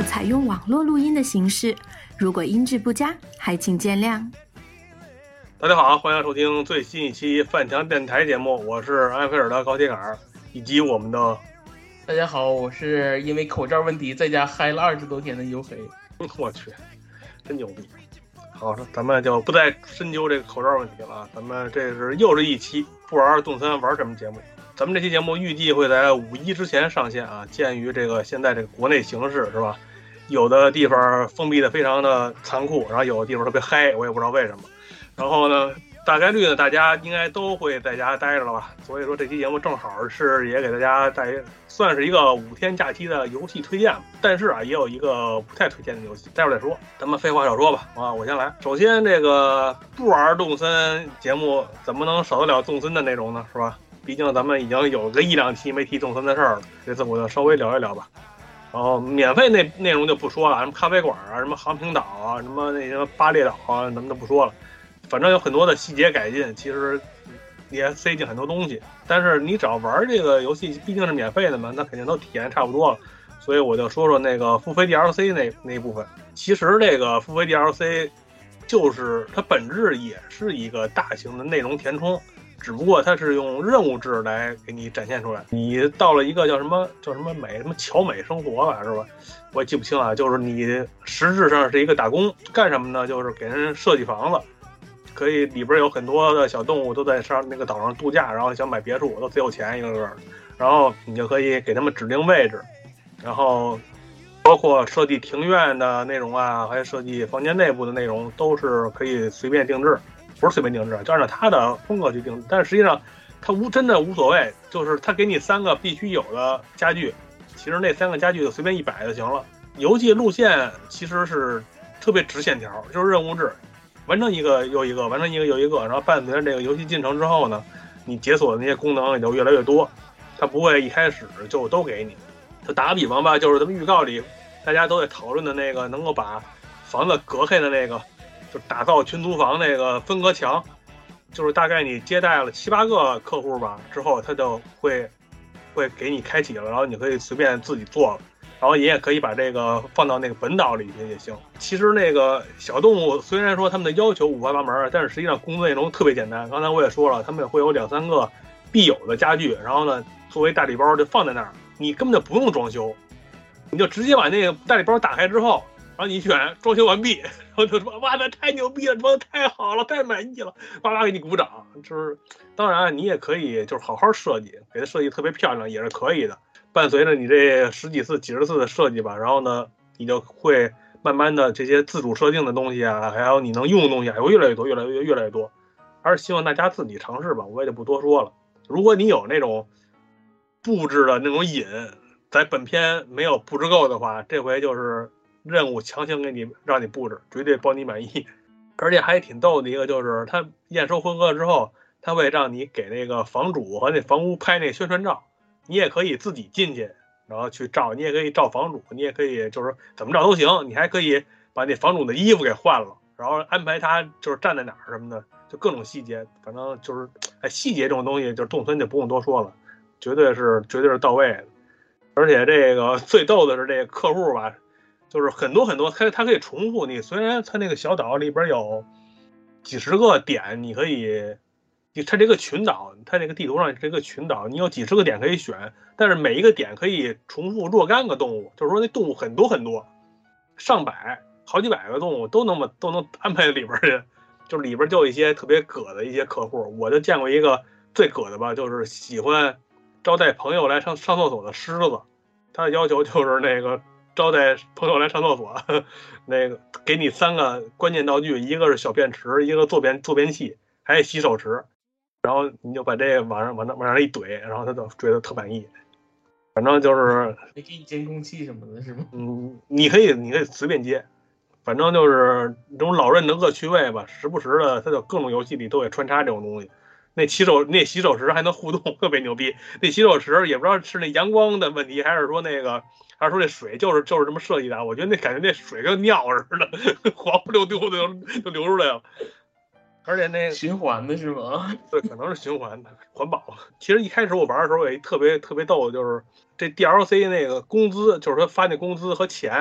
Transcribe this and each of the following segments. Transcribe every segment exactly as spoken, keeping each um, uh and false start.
采用网络录音的形式，如果音质不佳，还请见谅。 大家好，欢迎收听最新一期范强电台节目，我是安菲尔的高铁杆，以及我们的。 大家好，我是因为口罩问题在家嗨了二十多天的黝黑。 我去，真牛逼！好，咱们就不再深究这个口罩问题了。咱们这是又是一期不玩动森玩什么节目？咱们这期节目预计会在五一之前上线啊。鉴于这个现在这个国内形势是吧，有的地方封闭的非常的残酷，然后有的地方特别嗨，我也不知道为什么。然后呢，大概率呢，大家应该都会在家待着了吧？所以说这期节目正好是也给大家带算是一个五天假期的游戏推荐，但是啊，也有一个不太推荐的游戏，待会儿再说。咱们废话少说吧，啊，我先来。首先，这个不玩动森节目怎么能少得了动森的内容呢？是吧？毕竟咱们已经有个一两期没提动森的事儿了，这次我就稍微聊一聊吧。然后免费内内容就不说了，什么咖啡馆啊，什么航平岛啊，什么那什么巴列岛啊，咱们都不说了。反正有很多的细节改进，其实也塞进很多东西。但是你只要玩这个游戏，毕竟是免费的嘛，那肯定都体验差不多了。所以我就说说那个付费 D L C 那那一部分。其实这个付费 D L C 就是它本质也是一个大型的内容填充，只不过它是用任务制来给你展现出来。你到了一个叫什么叫什么美什么巧美生活吧，是吧？我也记不清啊。就是你实质上是一个打工，干什么呢？就是给人设计房子。可以里边有很多的小动物都在上那个岛上度假，然后想买别墅，都贼有钱一个个，然后你就可以给他们指定位置，然后包括设计庭院的内容啊，还有设计房间内部的内容，都是可以随便定制，不是随便定制，就按照他的风格去定制。但是实际上他无真的无所谓，就是他给你三个必须有的家具，其实那三个家具就随便一摆就行了。游戏路线其实是特别直线条，就是任务制。完成一个又一个，完成一个又一个，然后伴随着这个游戏进程之后呢，你解锁的那些功能也就越来越多。它不会一开始就都给你。就打个比方吧，就是咱们预告里大家都在讨论的那个能够把房子隔开的那个，就打造群租房那个分隔墙，就是大概你接待了七八个客户吧之后，它就会会给你开启了，然后你可以随便自己做了。然后你也可以把这个放到那个本岛里去也行。其实那个小动物虽然说他们的要求五花八门，但是实际上工作内容特别简单。刚才我也说了，他们也会有两三个必有的家具，然后呢作为大礼包就放在那儿，你根本就不用装修，你就直接把那个大礼包打开之后，然后你选装修完毕，然后就说哇，那太牛逼了，装的太好了，太满意了，哇哇给你鼓掌。就是当然你也可以就是好好设计，给它设计特别漂亮也是可以的。伴随着你这十几次几十次的设计吧，然后呢你就会慢慢的这些自主设定的东西啊，还有你能用的东西还会越来越多越来越越来越多。还是希望大家自己尝试吧，我也就不多说了。如果你有那种布置的那种瘾，在本片没有布置够的话，这回就是任务强行给你让你布置，绝对包你满意。而且还挺逗的一个就是他验收合格之后，他会让你给那个房主和那房屋拍那宣传照，你也可以自己进去然后去照，你也可以照房主，你也可以就是怎么照都行。你还可以把那房主的衣服给换了，然后安排他就是站在哪儿什么的，就各种细节。反正就是哎，细节这种东西就是动森就不用多说了，绝对是绝对是到位的。而且这个最逗的是这个客户吧，就是很多很多他他可以重复你，虽然他那个小岛里边有几十个点你可以，它这个群岛，它这个地图上这个群岛，你有几十个点可以选，但是每一个点可以重复若干个动物，就是说那动物很多很多，上百、好几百个动物都能都能安排里边去，就是里边就有一些特别葛的一些客户，我就见过一个最葛的吧，就是喜欢招待朋友来上上厕所的狮子，他的要求就是那个招待朋友来上厕所，那个给你三个关键道具，一个是小便池，一个坐便坐便器，还有洗手池。然后你就把这个往上往那往上一怼，然后他就觉得特满意。反正就是没给你监控器什么的是吗？ 嗯，你可以你可以随便接，反正就是这种老任的恶趣味吧，时不时的他就各种游戏里都会穿插这种东西。那洗手那洗手池还能互动，特别牛逼。那洗手池也不知道是那阳光的问题，还是说那个还是说这水就是就是这么设计的。我觉得那感觉那水跟尿似的，黄不溜丢的就流出来了。而且那循环的是吗？ 对，可能是循环的环保。其实一开始我玩的时候也特别特别逗，就是这 D L C 那个工资，就是说发那工资和钱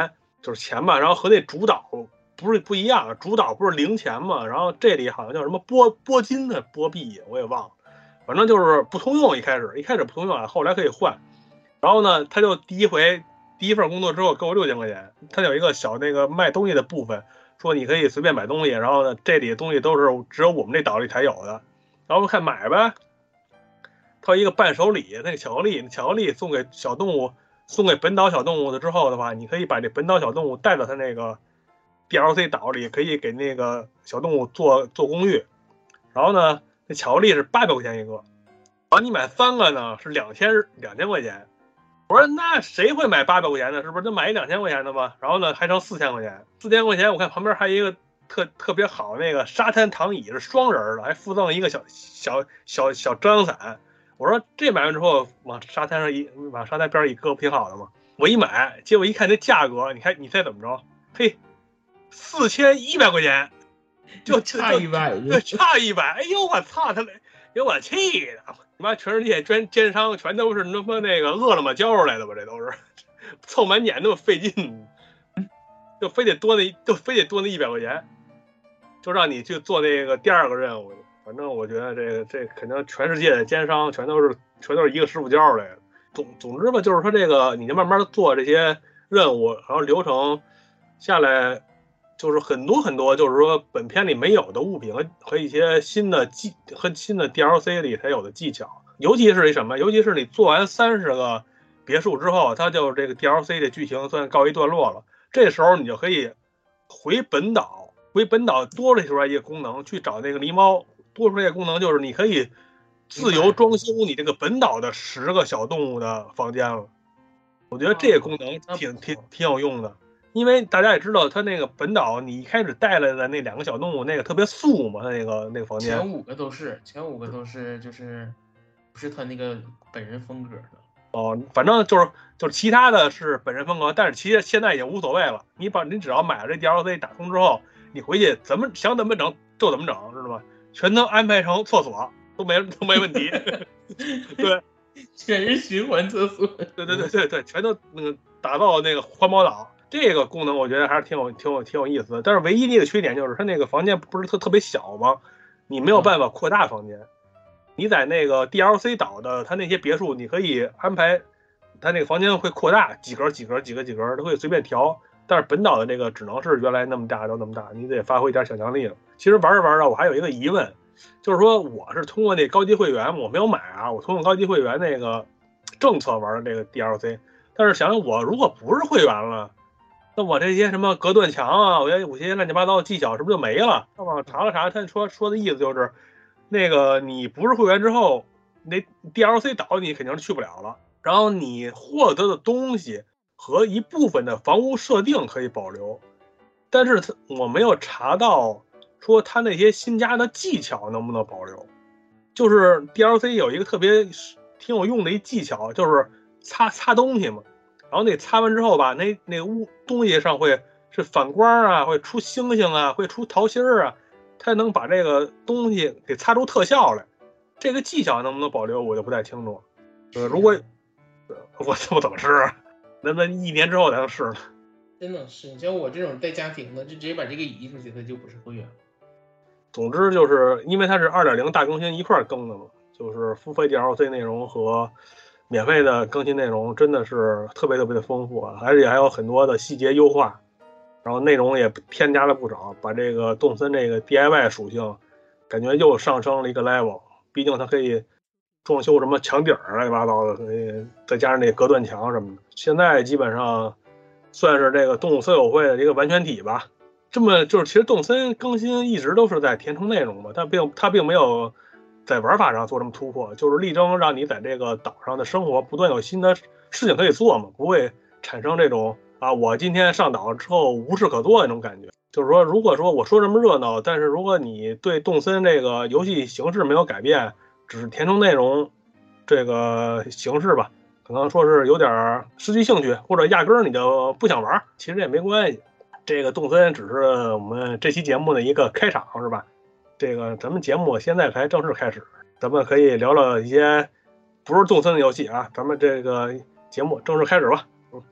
就是钱吧，然后和那主导不是不一样，主导不是零钱嘛，然后这里好像叫什么波波金的波币，我也忘了，反正就是不通用，一开始一开始不通用啊，后来可以换。然后呢，他就第一回第一份工作之后给我六千块钱，他有一个小那个卖东西的部分，说你可以随便买东西，然后呢这里的东西都是只有我们这岛里才有的，然后我看买呗。他有一个伴手礼，那个巧克力，巧克力送给小动物，送给本岛小动物的之后的话，你可以把这本岛小动物带到他那个 D L C 岛里，可以给那个小动物做做公寓。然后呢，那巧克力是八百块钱一个，然后你买三个呢是两千两千块钱。我说那谁会买八百块钱的？是不是就买一两千块钱的吧？然后呢还剩四千块钱，四千块钱我看旁边还有一个特特别好那个沙滩躺椅是双人的，还附赠一个小小小小遮阳伞。我说这买完之后往沙滩上一往沙滩边一搁不挺好的吗？我一买，结果一看这价格，你看你猜怎么着？嘿，四千一百块钱，就差一百， 对，差一百。哎呦我操他嘞！给我气的！你妈全世界专奸商全都是他妈那个饿了么交出来的吧？这都是凑满减那么费劲，就非得多那就非得多那一百块钱，就让你去做那个第二个任务。反正我觉得这个这肯定全世界的奸商全都是全都是一个师傅教出来的。总总之吧，就是说这个你就慢慢做这些任务，然后流程下来，就是很多很多，就是说本片里没有的物品和和一些新的技和新的 D L C 里才有的技巧。尤其是一什么？尤其是你做完三十个别墅之后，它就这个 D L C 的剧情算告一段落了。这时候你就可以回本岛，回本岛多了出来一个功能，去找那个狸猫。多出来一个功能就是你可以自由装修你这个本岛的十个小动物的房间了。我觉得这个功能挺挺挺有用的，因为大家也知道，它那个本岛你一开始带来的那两个小动物那个特别素嘛，它那个那个房间前五个都是前五个都是就是不是他那个本人风格的哦，反正就是就是其他的是本人风格，但是其实现在已经无所谓了。你把你只要买了这 D L C 打通之后，你回去怎么想怎么整就怎么整，知道吗？全都安排成厕所，都没都没问题。对， 全是循环厕所。 对对对对对，全都那个打造那个环保岛。这个功能我觉得还是挺有挺有挺有意思的。但是唯一的一个缺点就是它那个房间不是特特别小吗？你没有办法扩大房间。嗯、你在那个 D L C 岛的它那些别墅，你可以安排它那个房间会扩大几格几格几格几格，都可以随便调。但是本岛的这个只能是原来那么大到那么大，你得发挥一点想象力了。其实玩着玩着，我还有一个疑问，就是说我是通过那高级会员，我没有买啊，我通过高级会员那个政策玩的这个 D L C。但是想想我如果不是会员了，那我这些什么隔断墙啊，我有些乱七八糟的技巧是不是就没了？那我查了查，他说说的意思就是，那个你不是会员之后，那 D L C 岛你肯定是去不了了。然后你获得的东西和一部分的房屋设定可以保留，但是我没有查到说他那些新加的技巧能不能保留。就是 D L C 有一个特别挺有用的一技巧，就是擦擦东西嘛。然后那擦完之后吧，那那个物东西上会是反光啊，会出星星啊，会出桃心儿啊，它能把这个东西给擦出特效来。这个技巧能不能保留，我就不太清楚。呃，如果我我怎么试啊？那那一年之后才能试呢。 真的是，像我这种带家庭的，就直接把这个移出去，它就不是会员。 总之就是因为它是 二点零 大更新一块更的嘛，就是付费 D L C 内容和免费的更新内容真的是特别特别的丰富啊，而且还有很多的细节优化，然后内容也添加了不少，把这个动森这个 D I Y 属性感觉又上升了一个 level。毕竟它可以装修什么墙顶乱七八糟的，再加上那隔断墙什么的，现在基本上算是这个动物森友会的一个完全体吧。这么就是其实动森更新一直都是在填充内容嘛，但并它并没有在玩法上做这么突破，就是力争让你在这个岛上的生活不断有新的事情可以做嘛，不会产生这种啊我今天上岛之后无事可做的那种感觉。就是说如果说我说这么热闹，但是如果你对动森这个游戏形式没有改变，只是填充内容这个形式吧，可能说是有点失去兴趣，或者压根儿你就不想玩，其实也没关系。这个动森只是我们这期节目的一个开场，是吧？这个咱们节目现在才正式开始，咱们可以聊聊一些不是动森的游戏啊。咱们这个节目正式开始吧。嗯，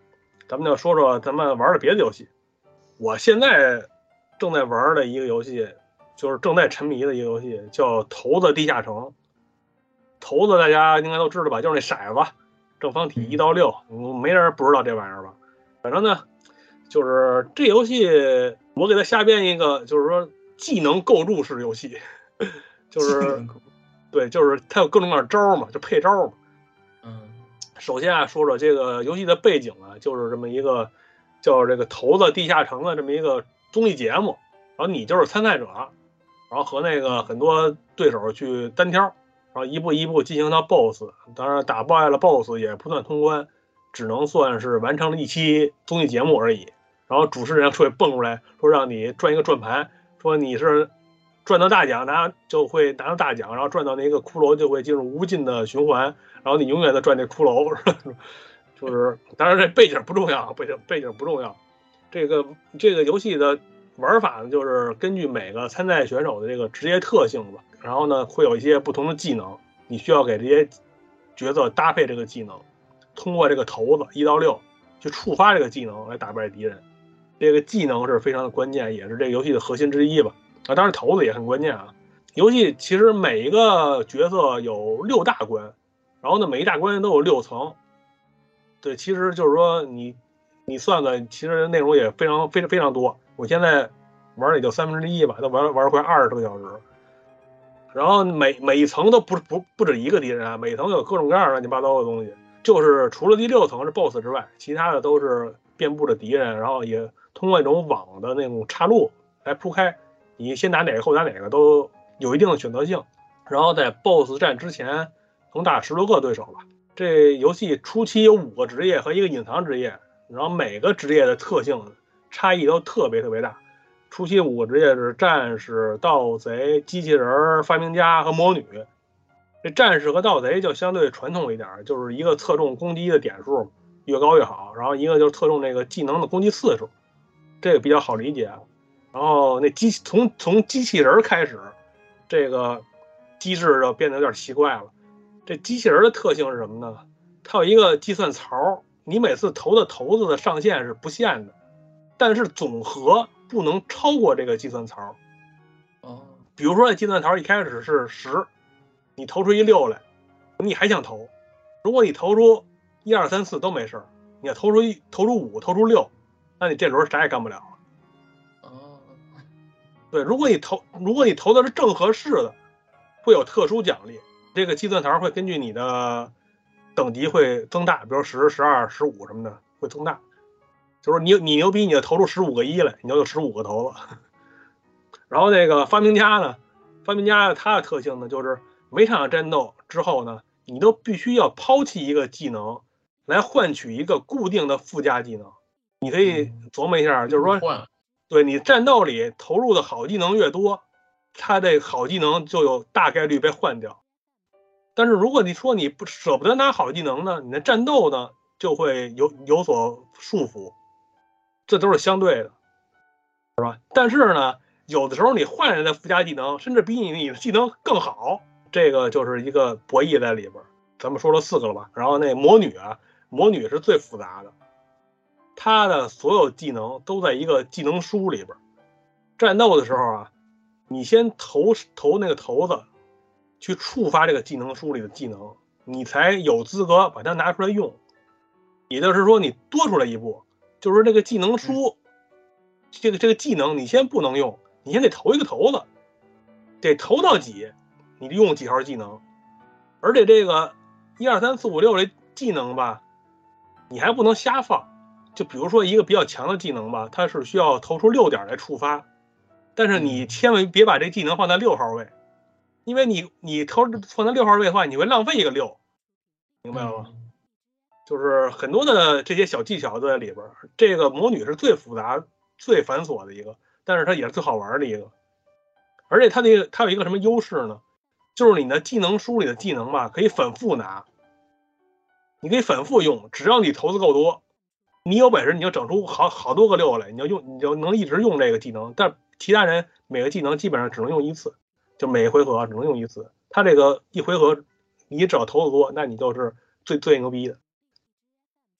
咱们就说说咱们玩的别的游戏。我现在正在玩的一个游戏，就是正在沉迷的一个游戏，叫《骰子地下城》。骰子大家应该都知道吧，就是那骰子，正方体一到六，没人不知道这玩意儿吧？反正呢，就是这游戏我给它下编一个，就是说技能构筑式游戏，就是对，就是它有各种各样的招嘛，就配招嘛。 嗯， 首先啊，说说这个游戏的背景啊，就是这么一个叫这个骰子地下城的这么一个综艺节目，然后你就是参赛者，然后和那个很多对手去单挑，然后一步一步进行到 B O S S， 当然打败了 B O S S 也不算通关，只能算是完成了一期综艺节目而已。然后主持人会蹦出来说让你转一个转盘，说你是转到大奖拿就会拿到大奖，然后转到那个骷髅就会进入无尽的循环，然后你永远的转那骷髅，就是当然这背景不重要，背景背景不重要。这个这个游戏的玩法呢，就是根据每个参赛选手的这个职业特性吧，然后呢会有一些不同的技能，你需要给这些角色搭配这个技能，通过这个骰子一到六去触发这个技能来打败敌人。这个技能是非常的关键，也是这个游戏的核心之一吧。啊，当然骰子也很关键啊。游戏其实每一个角色有六大关，然后呢每一大关都有六层。对，其实就是说你你算算，其实内容也非常非常非常多。我现在玩也就三分之一吧，都玩玩快二十个小时。然后每每一层都不不不止一个敌人啊，每层有各种各样乱七八糟的东西。就是除了第六层是 B O S S 之外，其他的都是遍布的敌人，然后也通过一种网的那种岔路来铺开，你先打哪个后打哪个都有一定的选择性。然后在 B O S S 战之前能打十多个对手吧。这游戏初期有五个职业和一个隐藏职业，然后每个职业的特性差异都特别特别大。初期五个职业是战士、盗贼、机器人、发明家和魔女。这战士和盗贼就相对传统一点，就是一个侧重攻击的点数越高越好，然后一个就是侧重这个技能的攻击次数，这个比较好理解。然后那机从从机器人开始，这个机制就变得有点奇怪了。这机器人的特性是什么呢？它有一个计算槽，你每次投的骰子的上限是不限的，但是总和不能超过这个计算槽。 哦， 比如说计算槽一开始是十，你投出一六来，你还想投，如果你投出一二三四都没事，你要投出一投出五投出六，那你这轮啥也干不了了。 哦， 对，如果你投如果你投的是正合适的，会有特殊奖励，这个计算槽会根据你的等级会增大，比如十、十二、十五什么的会增大。就是你你牛逼，你就投出十五个一来，你就有十五个头了。然后那个发明家呢，发明家它的特性呢，就是每场战斗之后呢，你都必须要抛弃一个技能，来换取一个固定的附加技能。你可以琢磨一下，就是说，对你战斗里投入的好技能越多，它这好技能就有大概率被换掉。但是如果你说你不舍不得拿好技能呢，你的战斗呢就会有有所束缚，这都是相对的，是吧？但是呢，有的时候你换人的附加技能，甚至比你你的技能更好，这个就是一个博弈在里边。咱们说了四个了吧？然后那魔女啊，魔女是最复杂的，她的所有技能都在一个技能书里边。战斗的时候啊，你先投投那个骰子，去触发这个技能书里的技能，你才有资格把它拿出来用。也就是说，你多出来一步，就是这个技能书，这个这个技能你先不能用，你先得投一个骰子，得投到几，你就用几号技能。而且这个一二三四五六这技能吧，你还不能瞎放。就比如说一个比较强的技能吧，它是需要投出六点来触发，但是你千万别把这技能放在六号位，因为你你投放在六号位的话，你会浪费一个六，明白了吗？就是很多的这些小技巧都在里边。这个魔女是最复杂、最繁琐的一个，但是它也是最好玩的一个。而且它的它有一个什么优势呢？就是你的技能书里的技能吧，可以反复拿，你可以反复用，只要你投资够多，你有本事你就整出好好多个六来，你就用你就能一直用这个技能。但其他人每个技能基本上只能用一次，就每回合只能用一次。他这个一回合你只要投的多，那你就是最最牛逼的。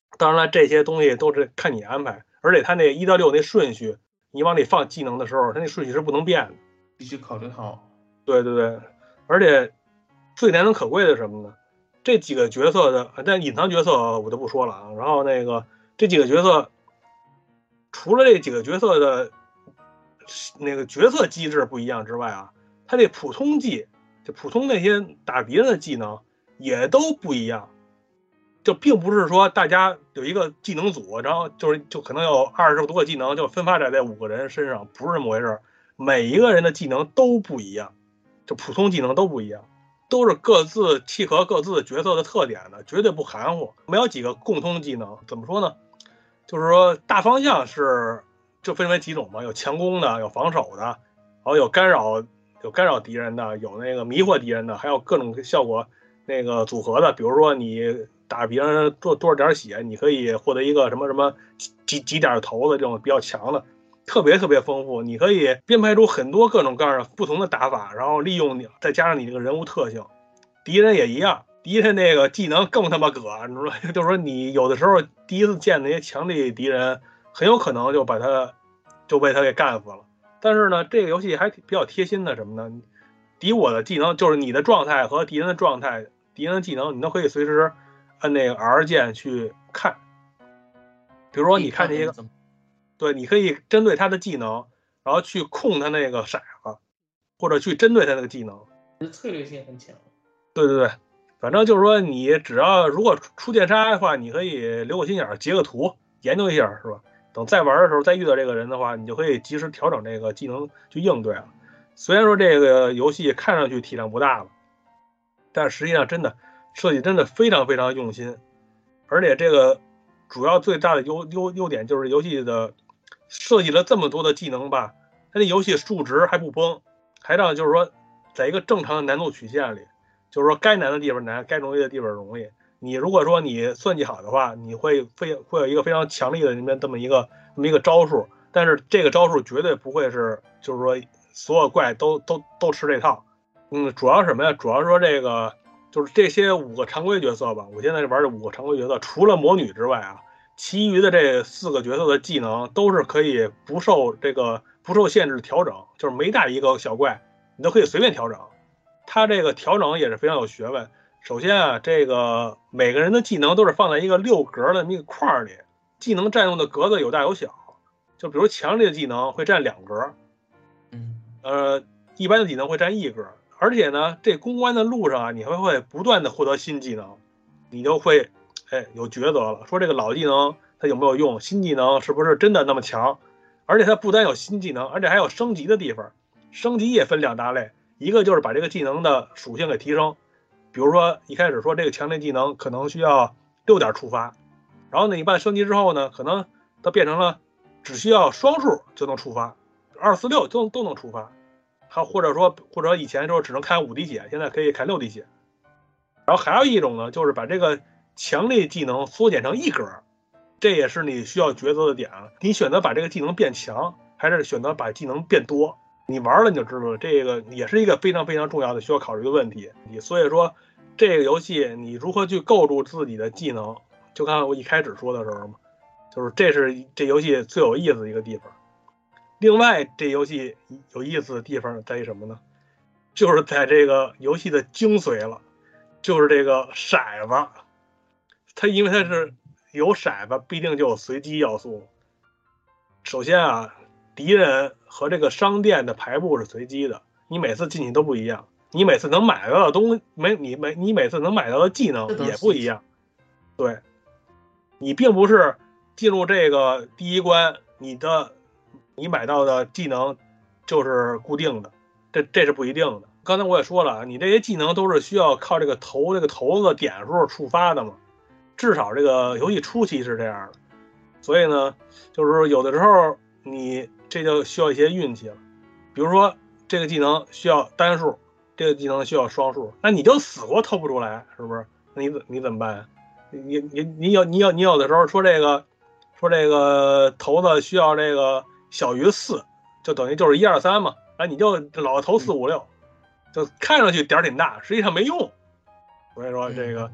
当然了，这些东西都是看你安排，而且他那一到六那顺序，你往里放技能的时候，他那顺序是不能变的， 必须考虑好。 对对对，而且最难能可贵的是什么呢？这几个角色的，但隐藏角色我就不说了啊。然后那个这几个角色，除了这几个角色的那个角色机制不一样之外啊，他这普通技，就普通那些打敌人的技能也都不一样。就并不是说大家有一个技能组，然后就是就可能有二十多个技能就分发在这五个人身上，不是这么回事。每一个人的技能都不一样，就普通技能都不一样。都是各自契合各自角色的特点的，绝对不含糊，没有几个共通技能。怎么说呢？就是说大方向是就分为几种嘛，有强攻的，有防守的，然后有干扰有干扰敌人的，有那个迷惑敌人的，还有各种效果那个组合的。比如说你打别人多多少点血，你可以获得一个什么什么几几点头的这种比较强的。特别特别丰富，你可以编排出很多各种各样的不同的打法，然后利用你再加上你这个人物特性，敌人也一样，敌人那个技能更他妈葛，你知道吗？就是说你有的时候第一次见那些强力敌人，很有可能就把他就被他给干死了。但是呢，这个游戏还比较贴心的什么呢？敌我的技能就是你的状态和敌人的状态，敌人的技能你都可以随时按那个 R 键去看。比如说你看这个。对，你可以针对他的技能，然后去控他那个骰子，或者去针对他那个技能， 策略性很强。 对对对，反正就是说，你只要如果出剑杀的话，你可以留个心眼，截个图，研究一下，是吧？等再玩的时候，再遇到这个人的话，你就可以及时调整这个技能去应对了。虽然说这个游戏看上去体量不大了，但实际上真的设计真的非常非常用心，而且这个主要最大的优优优点就是游戏的。设计了这么多的技能吧，它这游戏数值还不崩，还让就是说，在一个正常的难度曲线里，就是说该难的地方难，该容易的地方容易。你如果说你算计好的话，你会非会有一个非常强力的里面这么一个这么一个招数，但是这个招数绝对不会是就是说所有怪都都都吃这套。嗯，主要什么呀？主要说这个就是这些五个常规角色吧，我现在玩这五个常规角色，除了魔女之外啊。其余的这四个角色的技能都是可以不受这个不受限制调整，就是每打一个小怪，你都可以随便调整。它这个调整也是非常有学问。首先啊，这个每个人的技能都是放在一个六格的那个框里，技能占用的格子有大有小。就比如强力的技能会占两格， 嗯， 呃，一般的技能会占一格。而且呢，这攻关的路上啊，你还会不断的获得新技能，你就会。哎，有抉择了，说这个老技能它有没有用，新技能是不是真的那么强？而且它不单有新技能，而且还有升级的地方。升级也分两大类，一个就是把这个技能的属性给提升，比如说一开始说这个强力技能可能需要六点触发，然后呢一般升级之后呢，可能它变成了只需要双数就能触发，二四六都都能触发，还或者说或者以前说只能开五滴血，现在可以开六滴血。然后还有一种呢，就是把这个强力技能缩减成一格，这也是你需要抉择的点啊。你选择把这个技能变强，还是选择把技能变多？你玩了你就知道了，这个也是一个非常非常重要的需要考虑的问题。你所以说，这个游戏你如何去构筑自己的技能，就刚才我一开始说的时候嘛，就是这是这游戏最有意思的一个地方。另外，这游戏有意思的地方在于什么呢？就是在这个游戏的精髓了，就是这个骰子。它因为它是有骰子，必定就有随机要素。首先啊，敌人和这个商店的排布是随机的，你每次进去都不一样，你每次能买到的东西，没你每你每次能买到的技能也不一样。对，你并不是进入这个第一关，你的你买到的技能就是固定的，这这是不一定的。刚才我也说了，你这些技能都是需要靠这个头这个头子点数触发的嘛。至少这个游戏初期是这样的，所以呢，就是说有的时候你这就需要一些运气了。比如说这个技能需要单数，这个技能需要双数，那你就死活偷不出来，是不是？那你你怎么办？你你你有你有你有的时候说这个说这个头子需要这个小于四，就等于就是一二三嘛，哎，你就老投四五六，就看上去点儿挺大，实际上没用。所以说这个。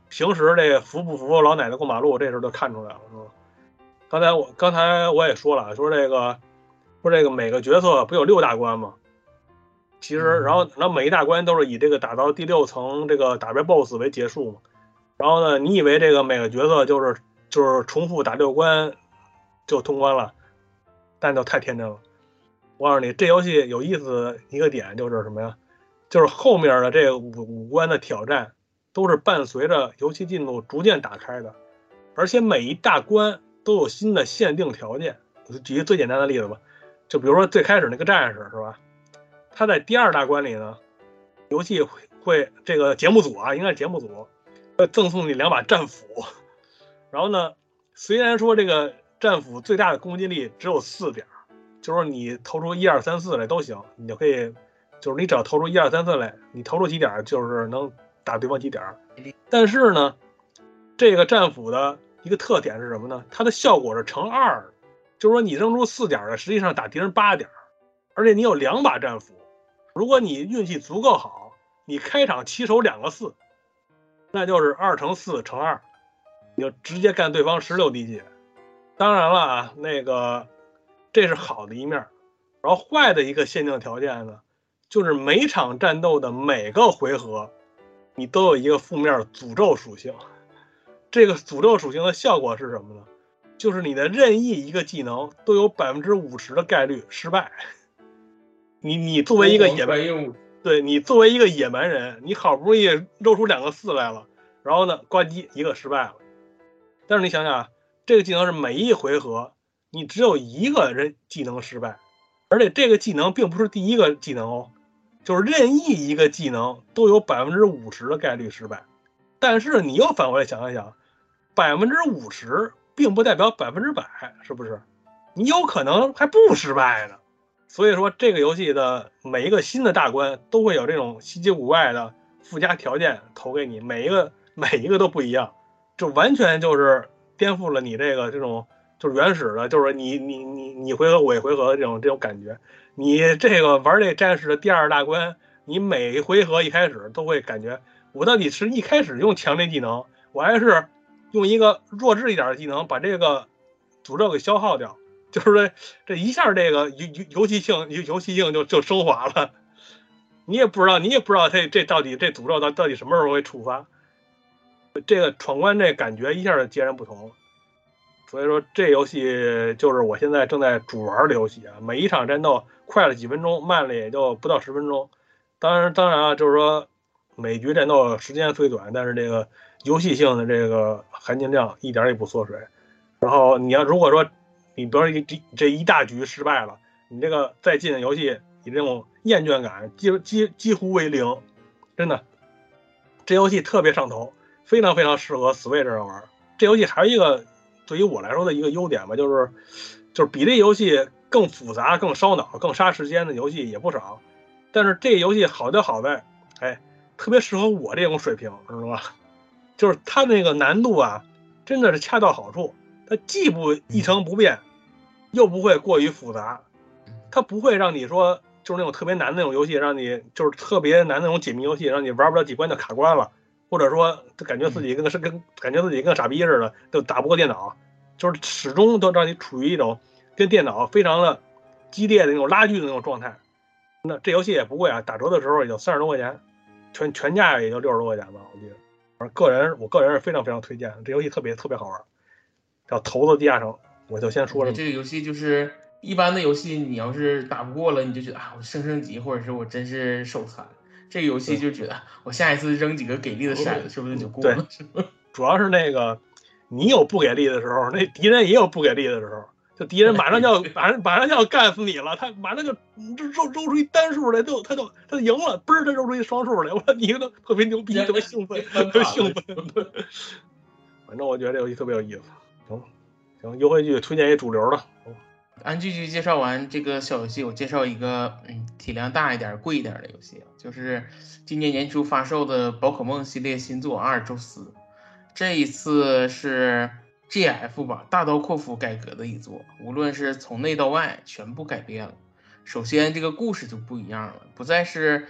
平时这个扶不扶老奶奶过马路，这时候就看出来了，是吧？刚才我刚才我也说了，说这个说这个每个角色不有六大关吗？其实，然后然后每一大关都是以这个打到第六层这个打败 B O S S 为结束嘛。然后呢，你以为这个每个角色就是就是重复打六关就通关了，但就太天真了。我告诉你，这游戏有意思的一个点就是什么呀？就是后面的这五五关的挑战都是伴随着游戏进度逐渐打开的，而且每一大关都有新的限定条件。我就举一个最简单的例子吧，就比如说最开始那个战士是吧？他在第二大关里呢，游戏会会这个节目组啊，应该是节目组会赠送你两把战斧。然后呢，虽然说这个战斧最大的攻击力只有四点，就是你投出一二三四来都行，你就可以，就是你只要投出一二三四来，你投出几点就是能打对方几点。但是呢，这个战斧的一个特点是什么呢？它的效果是乘二，就是说你扔出四点的，实际上打敌人八点，而且你有两把战斧。如果你运气足够好，你开场起手两个四，那就是二乘四乘二，你就直接干对方十六滴血。当然了啊，那个这是好的一面，然后坏的一个限定条件呢，就是每场战斗的每个回合，你都有一个负面诅咒属性。这个诅咒属性的效果是什么呢？就是你的任意一个技能都有百分之五十的概率失败。你你作为一个野蛮人，对你作为一个野蛮人，你好不容易露出两个四来了，然后呢，呱唧一个失败了。但是你想想啊，这个技能是每一回合你只有一个人技能失败，而且这个技能并不是第一个技能哦，就是任意一个技能都有百分之五十的概率失败。但是你又反过来想一想，百分之五十并不代表百分之百，是不是？你有可能还不失败呢。所以说，这个游戏的每一个新的大关都会有这种稀奇古怪的附加条件投给你，每一个每一个都不一样，就完全就是颠覆了你这个这种就是原始的，就是你你你你回合我一回合的这种这种感觉。你这个玩这战士的第二大关，你每回合一开始都会感觉，我到底是一开始用强烈技能，我还是用一个弱智一点的技能把这个诅咒给消耗掉。就是说，这一下这个游游游戏性游游戏性就就升华了，你也不知道，你也不知道这这到底这诅咒到到底什么时候会触发，这个闯关这感觉一下就截然不同。所以说，这游戏就是我现在正在主玩的游戏啊，每一场战斗快了几分钟，慢了也就不到十分钟。当然，当然啊，就是说每局战斗时间虽短，但是这个游戏性的这个含金量一点也不缩水。然后你要如果说你比如说这这一大局失败了，你这个再进游戏，你这种厌倦感几几几乎为零，真的。这游戏特别上头，非常非常适合 Switch 上玩。这游戏还有一个对于我来说的一个优点吧，就是就是比这游戏更复杂、更烧脑、更杀时间的游戏也不少。但是这游戏好就好在，哎，特别适合我这种水平，知道吧？就是它那个难度啊，真的是恰到好处。它既不一成不变，又不会过于复杂，它不会让你说就是那种特别难的那种游戏，让你就是特别难的那种解谜游戏，让你玩不了几关就卡关了，或者说感觉自己跟跟感觉自己跟傻逼似的，就打不过电脑，就是始终都让你处于一种跟电脑非常的激烈的那种拉锯的那种状态。那这游戏也不贵啊，打折的时候也就三十多块钱，全全价也就六十多块钱吧，我记得。而个人我个人是非常非常推荐，这游戏特别特别好玩。叫头子地下城，我就先说了。 这个游戏就是一般的游戏，你要是打不过了，你就觉得啊，我升升级，或者是我真是手残。这个游戏就觉得我下一次扔几个给力的骰子，是不是就过了？ 对，主要是那个你有不给力的时候，那敌人也有不给力的时候，就敌人马上就要马上马上就要干死你了，他马上就揉揉出一单数来，就他就他就赢了，嘣儿他揉出一双数来，我说你都特别牛逼，特别兴奋，特别兴奋。反正我觉得这游戏特别有意思。行行，优惠剧推荐一主流的。 按剧剧介绍完这个小游戏，我介绍一个嗯体量大一点、贵一点的游戏，就是今年年初发售的宝可梦系列新作《阿尔宙斯》。这一次是 G F 吧大刀阔斧改革的一作，无论是从内到外全部改变了。首先这个故事就不一样了，不再是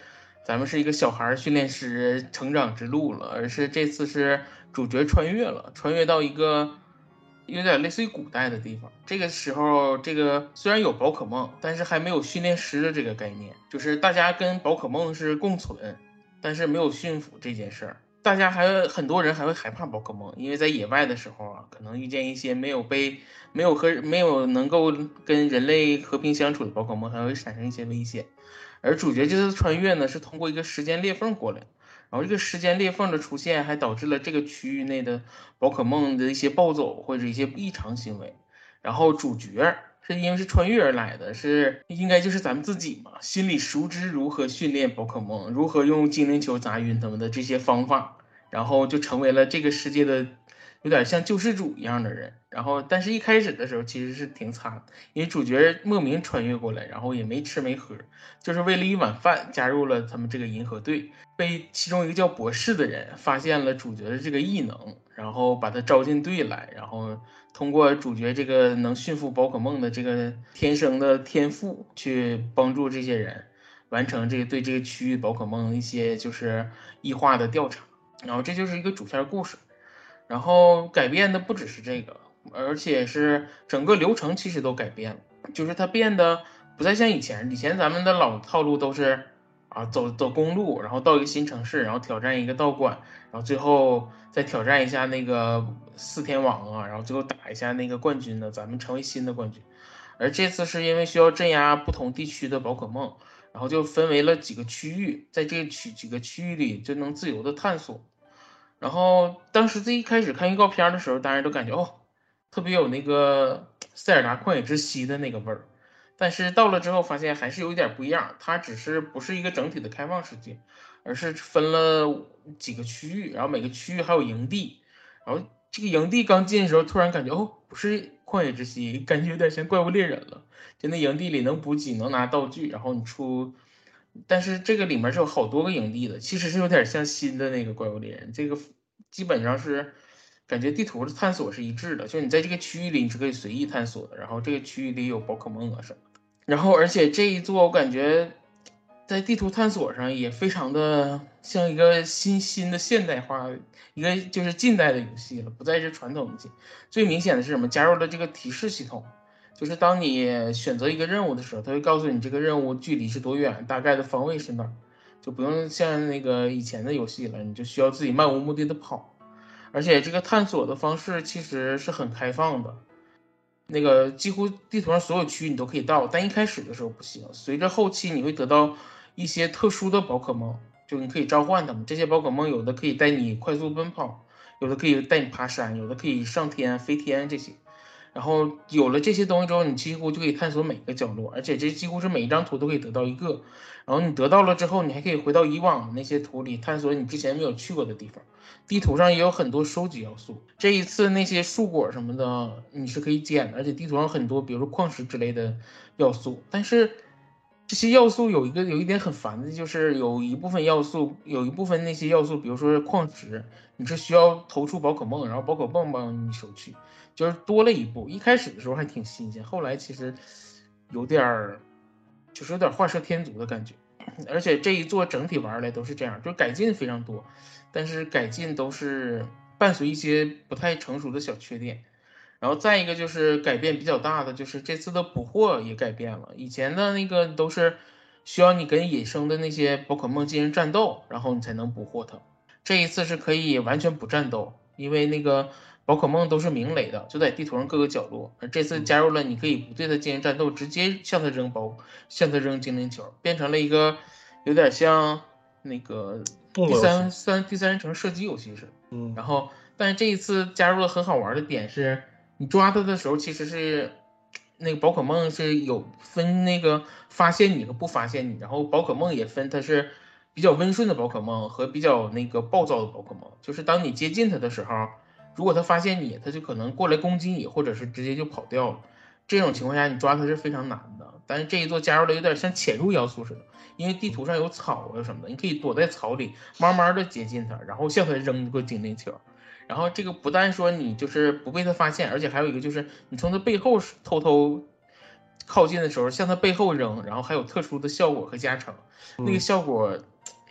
咱们是一个小孩训练师成长之路了，而是这次是主角穿越了，穿越到一个有点类似于古代的地方。这个时候，这个虽然有宝可梦，但是还没有训练师的这个概念，就是大家跟宝可梦是共存，但是没有驯服这件事儿。大家还很多人还会害怕宝可梦，因为在野外的时候啊，可能遇见一些没有被没有和没有能够跟人类和平相处的宝可梦，还会产生一些危险。而主角这次穿越呢，是通过一个时间裂缝过来，然后这个时间裂缝的出现，还导致了这个区域内的宝可梦的一些暴走或者一些异常行为。然后主角是因为是穿越而来的，是应该就是咱们自己嘛，心里熟知如何训练宝可梦，如何用精灵球砸晕他们的这些方法，然后就成为了这个世界的有点像救世主一样的人。然后但是一开始的时候其实是挺惨的，因为主角莫名穿越过来，然后也没吃没喝，就是为了一碗饭加入了他们这个银河队，被其中一个叫博士的人发现了主角的这个异能，然后把他招进队来，然后通过主角这个能驯服宝可梦的这个天生的天赋，去帮助这些人完成这个对这个区域宝可梦一些就是异化的调查。然后这就是一个主线故事，然后改变的不只是这个，而且是整个流程其实都改变了，就是它变得不再像以前，以前咱们的老套路都是啊走走公路，然后到一个新城市，然后挑战一个道馆，然后最后再挑战一下那个四天王啊，然后最后打一下那个冠军的，咱们成为新的冠军。而这次是因为需要镇压不同地区的宝可梦，然后就分为了几个区域，在这区几个区域里就能自由的探索。然后当时最一开始看预告片的时候，大家都感觉哦，特别有那个塞尔达旷野之息的那个味儿。但是到了之后发现还是有一点不一样，它只是不是一个整体的开放世界，而是分了几个区域，然后每个区域还有营地。然后这个营地刚进的时候，突然感觉哦，不是旷野之息，感觉有点像怪物猎人了。就那营地里能补给，能拿道具，然后你出。但是这个里面是有好多个营地的，其实是有点像新的那个怪物猎人。这个基本上是感觉地图的探索是一致的，就你在这个区域里你是可以随意探索的，然后这个区域里有宝可梦啊什么的。然后而且这一座我感觉在地图探索上也非常的像一个新新的现代化，一个就是近代的游戏了，不再是传统游戏。最明显的是什么？加入了这个提示系统。就是当你选择一个任务的时候，它会告诉你这个任务距离是多远，大概的方位是哪儿，就不用像那个以前的游戏了，你就需要自己漫无目的的跑。而且这个探索的方式其实是很开放的，那个几乎地图上所有区域你都可以到，但一开始的时候不行。随着后期你会得到一些特殊的宝可梦，就你可以召唤它们。这些宝可梦有的可以带你快速奔跑，有的可以带你爬山，有的可以上天飞天这些。然后有了这些东西之后，你几乎就可以探索每个角落，而且这几乎是每一张图都可以得到一个。然后你得到了之后，你还可以回到以往的那些图里探索你之前没有去过的地方。地图上也有很多收集要素，这一次那些树果什么的你是可以捡的，而且地图上很多比如说矿石之类的要素。但是这些要素有一个有一点很烦的，就是有一部分要素有一部分那些要素比如说矿石，你是需要投出宝可梦，然后宝可梦帮你收取，就是多了一步。一开始的时候还挺新鲜，后来其实有点就是有点画蛇添足的感觉。而且这一座整体玩来都是这样，就是改进非常多，但是改进都是伴随一些不太成熟的小缺点。然后再一个就是改变比较大的，就是这次的捕获也改变了。以前的那个都是需要你跟野生的那些宝可梦进行战斗，然后你才能捕获它。这一次是可以完全不战斗，因为那个宝可梦都是明雷的，就在地图上各个角落。而这次加入了你可以不对它进行战斗，直接向它扔宝，向它扔精灵球，变成了一个有点像那个第三三第三人称射击游戏似的。 嗯， 然后但是这一次加入了很好玩的点是，你抓它的时候其实是那个宝可梦是有分那个发现你和不发现你，然后宝可梦也分它是比较温顺的宝可梦和比较那个暴躁的宝可梦。就是当你接近它的时候，如果它发现你，它就可能过来攻击你，或者是直接就跑掉了。这种情况下你抓它是非常难的。但是这一座加入了有点像潜入要素似的，因为地图上有草啊什么的，你可以躲在草里慢慢的接近它，然后向它扔个精灵球。然后这个不但说你就是不被它发现，而且还有一个就是你从它背后偷偷靠近的时候向它背后扔，然后还有特殊的效果和加成。那个效果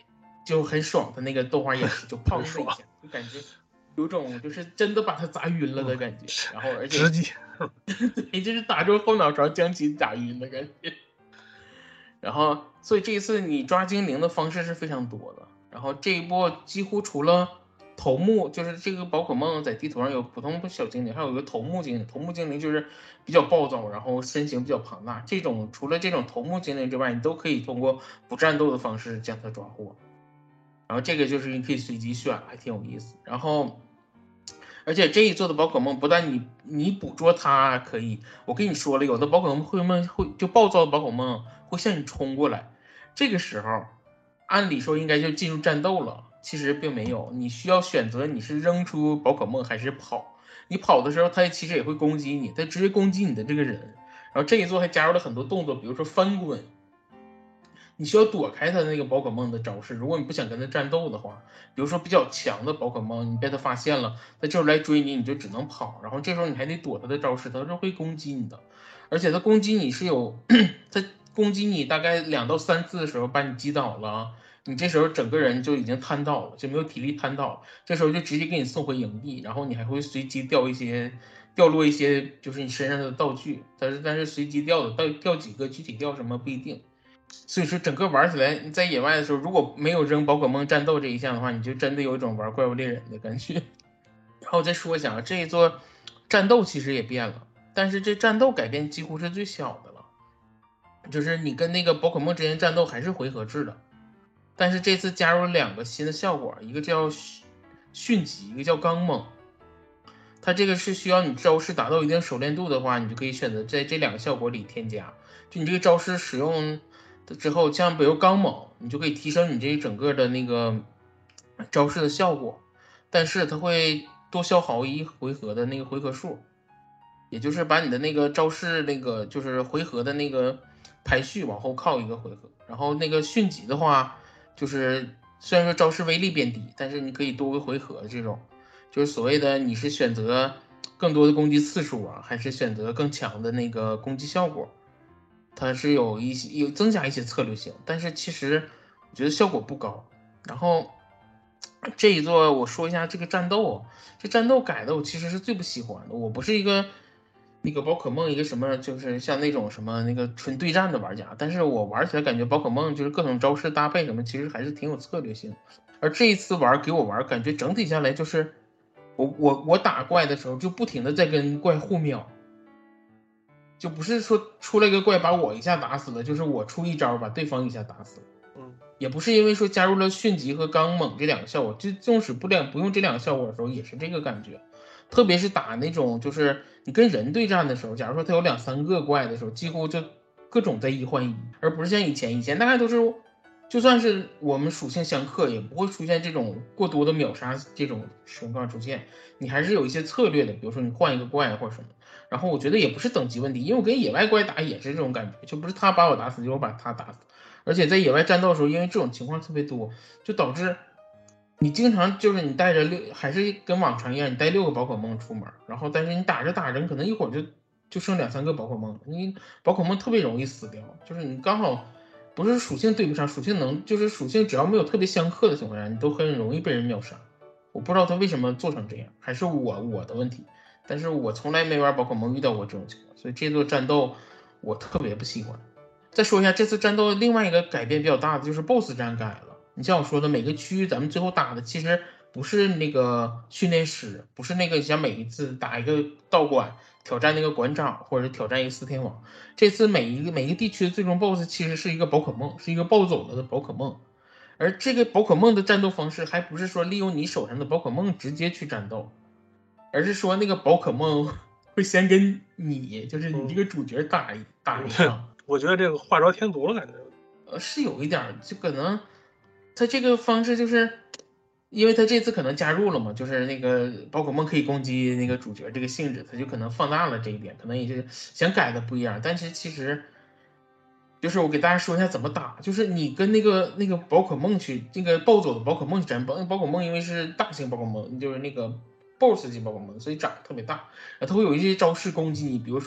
就很爽的那个豆花演示，就砰的一下，就感觉有种就是真的把他砸晕了的感觉，然后而且直击， 对，就是打中后脑勺将其打晕的感觉。然后，所以这一次你抓精灵的方式是非常多的。然后这一波几乎除了头目，就是这个宝可梦在地图上有普通的小精灵，还有一个头目精灵。头目精灵就是比较暴躁，然后身形比较庞大。这种除了这种头目精灵之外，你都可以通过不战斗的方式将它抓获。然后这个就是你可以随机选，还挺有意思。然后，而且这一座的宝可梦不但你你捕捉它可以，我跟你说了，有的宝可梦会梦会就暴躁的宝可梦会向你冲过来，这个时候按理说应该就进入战斗了，其实并没有，你需要选择你是扔出宝可梦还是跑。你跑的时候，它其实也会攻击你，它直接攻击你的这个人。然后这一座还加入了很多动作，比如说翻滚。你需要躲开它那个宝可梦的招式，如果你不想跟它战斗的话，比如说比较强的宝可梦，你被它发现了，它就是来追你，你就只能跑，然后这时候你还得躲它的招式，它是会攻击你的，而且它攻击你是有，它攻击你大概两到三次的时候把你击倒了，你这时候整个人就已经瘫倒了，就没有体力瘫倒，这时候就直接给你送回营地，然后你还会随机掉一些。掉落一些就是你身上的道具，但是但是随机掉的，掉掉几个具体掉什么不一定。所以说整个玩起来，你在野外的时候，如果没有扔宝可梦战斗这一项的话，你就真的有一种玩怪物猎人的感觉。然后再说一下，这一座战斗其实也变了，但是这战斗改变几乎是最小的了，就是你跟那个宝可梦之间战斗还是回合制的，但是这次加入了两个新的效果，一个叫迅疾，一个叫刚猛。它这个是需要你招式达到一定熟练度的话，你就可以选择在这两个效果里添加。就你这个招式使用之后，像比如刚猛，你就可以提升你这整个的那个招式的效果，但是它会多消耗一回合的那个回合数，也就是把你的那个招式那个就是回合的那个排序往后靠一个回合。然后那个迅疾的话，就是虽然说招式威力变低，但是你可以多个回合这种。就是所谓的你是选择更多的攻击次数啊，还是选择更强的那个攻击效果，它是有一些有增加一些策略性，但是其实我觉得效果不高。然后这一座我说一下这个战斗，这战斗改的我其实是最不喜欢的。我不是一个那个宝可梦一个什么就是像那种什么那个纯对战的玩家，但是我玩起来感觉宝可梦就是各种招式搭配什么，其实还是挺有策略性。而这一次玩给我玩，感觉整体下来就是。我我我打怪的时候就不停的在跟怪互秒，就不是说出来个怪把我一下打死了，就是我出一招把对方一下打死了。 嗯， 也不是因为说加入了迅疾和刚猛这两个效果，就纵使不两不用这两个效果的时候也是这个感觉。特别是打那种就是你跟人对战的时候，假如说他有两三个怪的时候，几乎就各种在一换一，而不是像以前以前大概都是。就算是我们属性相克，也不会出现这种过多的秒杀这种情况出现。你还是有一些策略的，比如说你换一个怪或者什么。然后我觉得也不是等级问题，因为我跟野外怪打也是这种感觉，就不是他把我打死，就是我把他打死。而且在野外战斗的时候，因为这种情况特别多，就导致你经常就是你带着六，还是跟往常一样，你带六个宝可梦出门，然后但是你打着打着，你可能一会儿就就剩两三个宝可梦，你宝可梦特别容易死掉，就是你刚好。不是属性对不上，属性能就是属性只要没有特别相克的情况下，你都很容易被人秒杀。我不知道他为什么做成这样，还是我我的问题。但是我从来没玩宝可梦遇到过这种情况，所以这座战斗我特别不喜欢。再说一下这次战斗另外一个改变比较大的就是 B O S S 战改了。你像我说的，每个区域咱们最后打的其实不是那个训练师，不是那个像每一次打一个道馆。挑战那个馆长，或者是挑战一个四天王。这次每一个每一个地区的最终 B O S S 其实是一个宝可梦，是一个暴走了的宝可梦。而这个宝可梦的战斗方式，还不是说利用你手上的宝可梦直接去战斗，而是说那个宝可梦会先跟你，就是你这个主角打一、嗯、打一场。 我觉得这个画蛇添足了，感觉。 呃，是有一点，就可能他这个方式就是。因为他这次可能加入了嘛，就是那个宝可梦可以攻击那个主角这个性质，他就可能放大了这一点，可能也是想改的不一样。但是其实，就是我给大家说一下怎么打，就是你跟那个那个宝可梦去，那个暴走的宝可梦去战斗，宝可梦因为是大型宝可梦，就是那个 B O S S 级宝可梦，所以长得特别大，它会有一些招式攻击你，比如说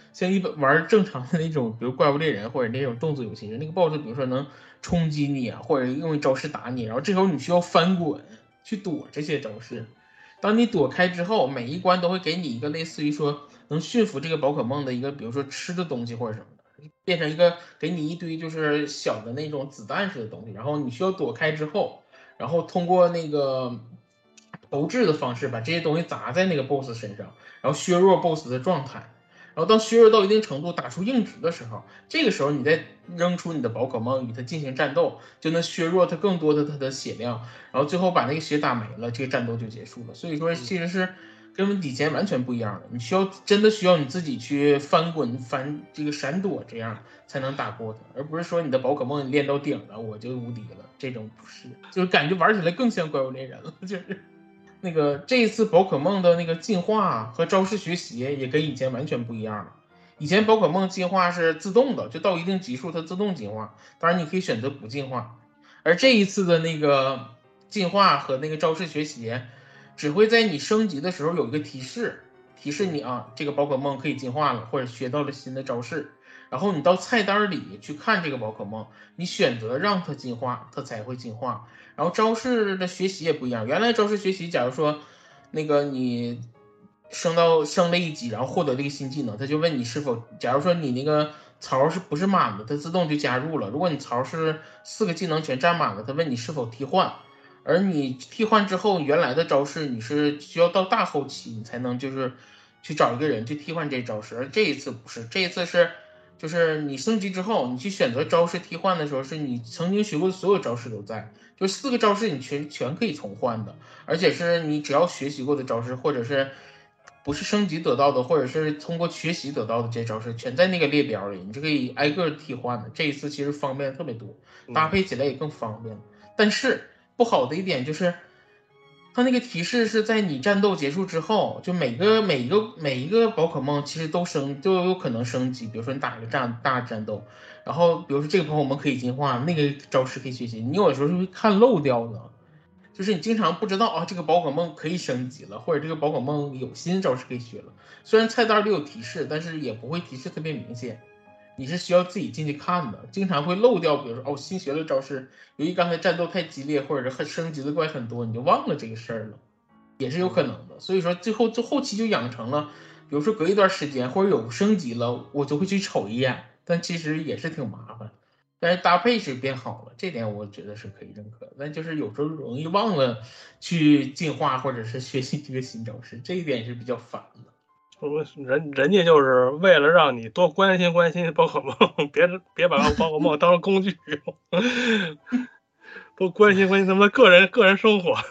像一般玩正常的那种，比如怪物猎人或者那种动作游戏，那个 boss 比如说能冲击你啊，或者用招式打你，然后这时候你需要翻滚去躲这些招式。当你躲开之后，每一关都会给你一个类似于说能驯服这个宝可梦的一个，比如说吃的东西或者什么的，变成一个给你一堆就是小的那种子弹似的东西，然后你需要躲开之后，然后通过那个投掷的方式把这些东西砸在那个 boss 身上，然后削弱 boss 的状态。然后当削弱到一定程度，打出硬直的时候，这个时候你再扔出你的宝可梦与它进行战斗，就能削弱它更多的它的血量，然后最后把那个血打没了，这个战斗就结束了。所以说其实是跟以前完全不一样的，你需要真的需要你自己去翻滚翻这个闪躲，这样才能打过它，而不是说你的宝可梦练到顶了我就无敌了，这种不是，就是感觉玩起来更像怪物猎人了，就是那个这一次宝可梦的那个进化和招式学习也跟以前完全不一样了。以前宝可梦进化是自动的，就到一定级数它自动进化，当然你可以选择不进化。而这一次的那个进化和那个招式学习，只会在你升级的时候有一个提示，提示你啊，这个宝可梦可以进化了，或者学到了新的招式。然后你到菜单里去看这个宝可梦，你选择让它进化，它才会进化。然后招式的学习也不一样，原来招式学习，假如说那个你升到升了一级，然后获得这个新技能，他就问你是否，假如说你那个槽是不是满的，它自动就加入了。如果你槽是四个技能全占满了，他问你是否替换。而你替换之后，原来的招式你是需要到大后期你才能就是去找一个人去替换这招式，而这一次不是，这一次是就是你升级之后，你去选择招式替换的时候，是你曾经学过的所有招式都在，就四个招式你全全可以重换的，而且是你只要学习过的招式，或者是不是升级得到的，或者是通过学习得到的这些招式，全在那个列表里，你就可以挨个替换的。这一次其实方便特别多，搭配起来也更方便。但是不好的一点就是，它那个提示是在你战斗结束之后，就每个每一个每一个宝可梦其实都升都有可能升级。比如说你打一个战大战斗，然后比如说这个宝可梦可以进化，那个招式可以学习，你有时候是会看漏掉的，就是你经常不知道啊这个宝可梦可以升级了，或者这个宝可梦有新招式可以学了。虽然菜单里有提示，但是也不会提示特别明显。你是需要自己进去看的，经常会漏掉，比如说哦，新学了招式，由于刚才战斗太激烈，或者是升级的怪很多，你就忘了这个事儿了，也是有可能的。所以说最后最后期就养成了，比如说隔一段时间或者有升级了，我就会去瞅一眼，但其实也是挺麻烦。但是搭配是变好了，这点我觉得是可以认可的。但就是有时候容易忘了去进化或者是学习这个新招式，这一点是比较烦的。 人人家就是为了让你多关心关心宝可梦，别别把宝可梦当成工具用，多关心关心他们的个人个人生活。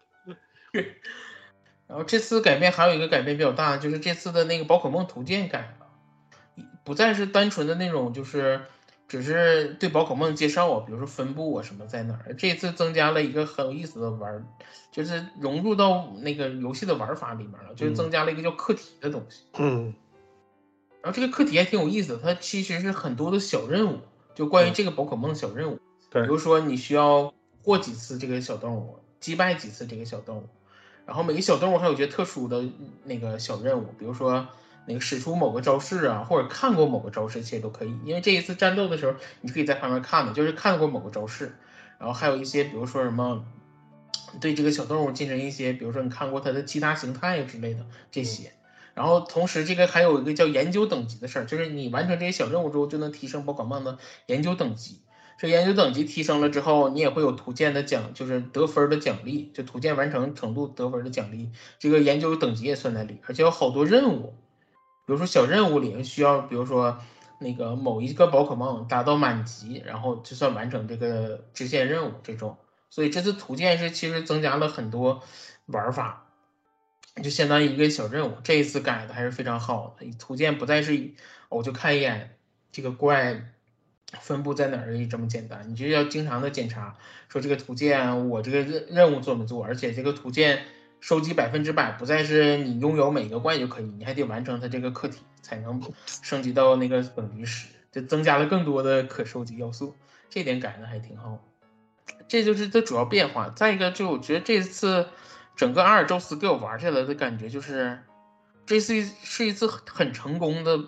然后这次改变还有一个改变比较大，就是这次的那个宝可梦图鉴改了，不再是单纯的那种就是只是对宝可梦介绍啊，比如说分布啊什么在哪儿。这次增加了一个很有意思的玩，就是融入到那个游戏的玩法里面了，就是增加了一个叫课题的东西。 嗯， 然后这个课题还挺有意思的，它其实是很多的小任务，就关于这个宝可梦的小任务。 对， 比如说你需要获几次这个小动物，击败几次这个小动物，然后每个小动物还有一些特殊的那个小任务，比如说那个使出某个招式啊，或者看过某个招式，其实都可以。因为这一次战斗的时候，你可以在旁边看的，就是看过某个招式，然后还有一些，比如说什么对这个小动物进行一些，比如说你看过它的其他形态之类的这些。然后同时这个还有一个叫研究等级的事儿，就是你完成这些小任务之后，就能提升宝可梦的研究等级。这研究等级提升了之后，你也会有图鉴的奖，就是得分的奖励，就图鉴完成程度得分的奖励，这个研究等级也算在里，而且有好多任务。比如说小任务里需要，比如说那个某一个宝可梦达到满级，然后就算完成这个支线任务这种。所以这次图鉴是其实增加了很多玩法，就相当于一个小任务。这一次改的还是非常好的，图鉴不再是我就看一眼这个怪分布在哪儿这么简单，你就要经常的检查，说这个图鉴我这个任任务做没做，而且这个图鉴收集百分之百不再是你拥有每个怪就可以，你还得完成它这个课题才能升级到那个等级十，就增加了更多的可收集要素，这点改的还挺好。这就是它主要变化。再一个就我觉得这次整个阿尔宙斯给我玩下来的感觉就是，这次是一次很成功的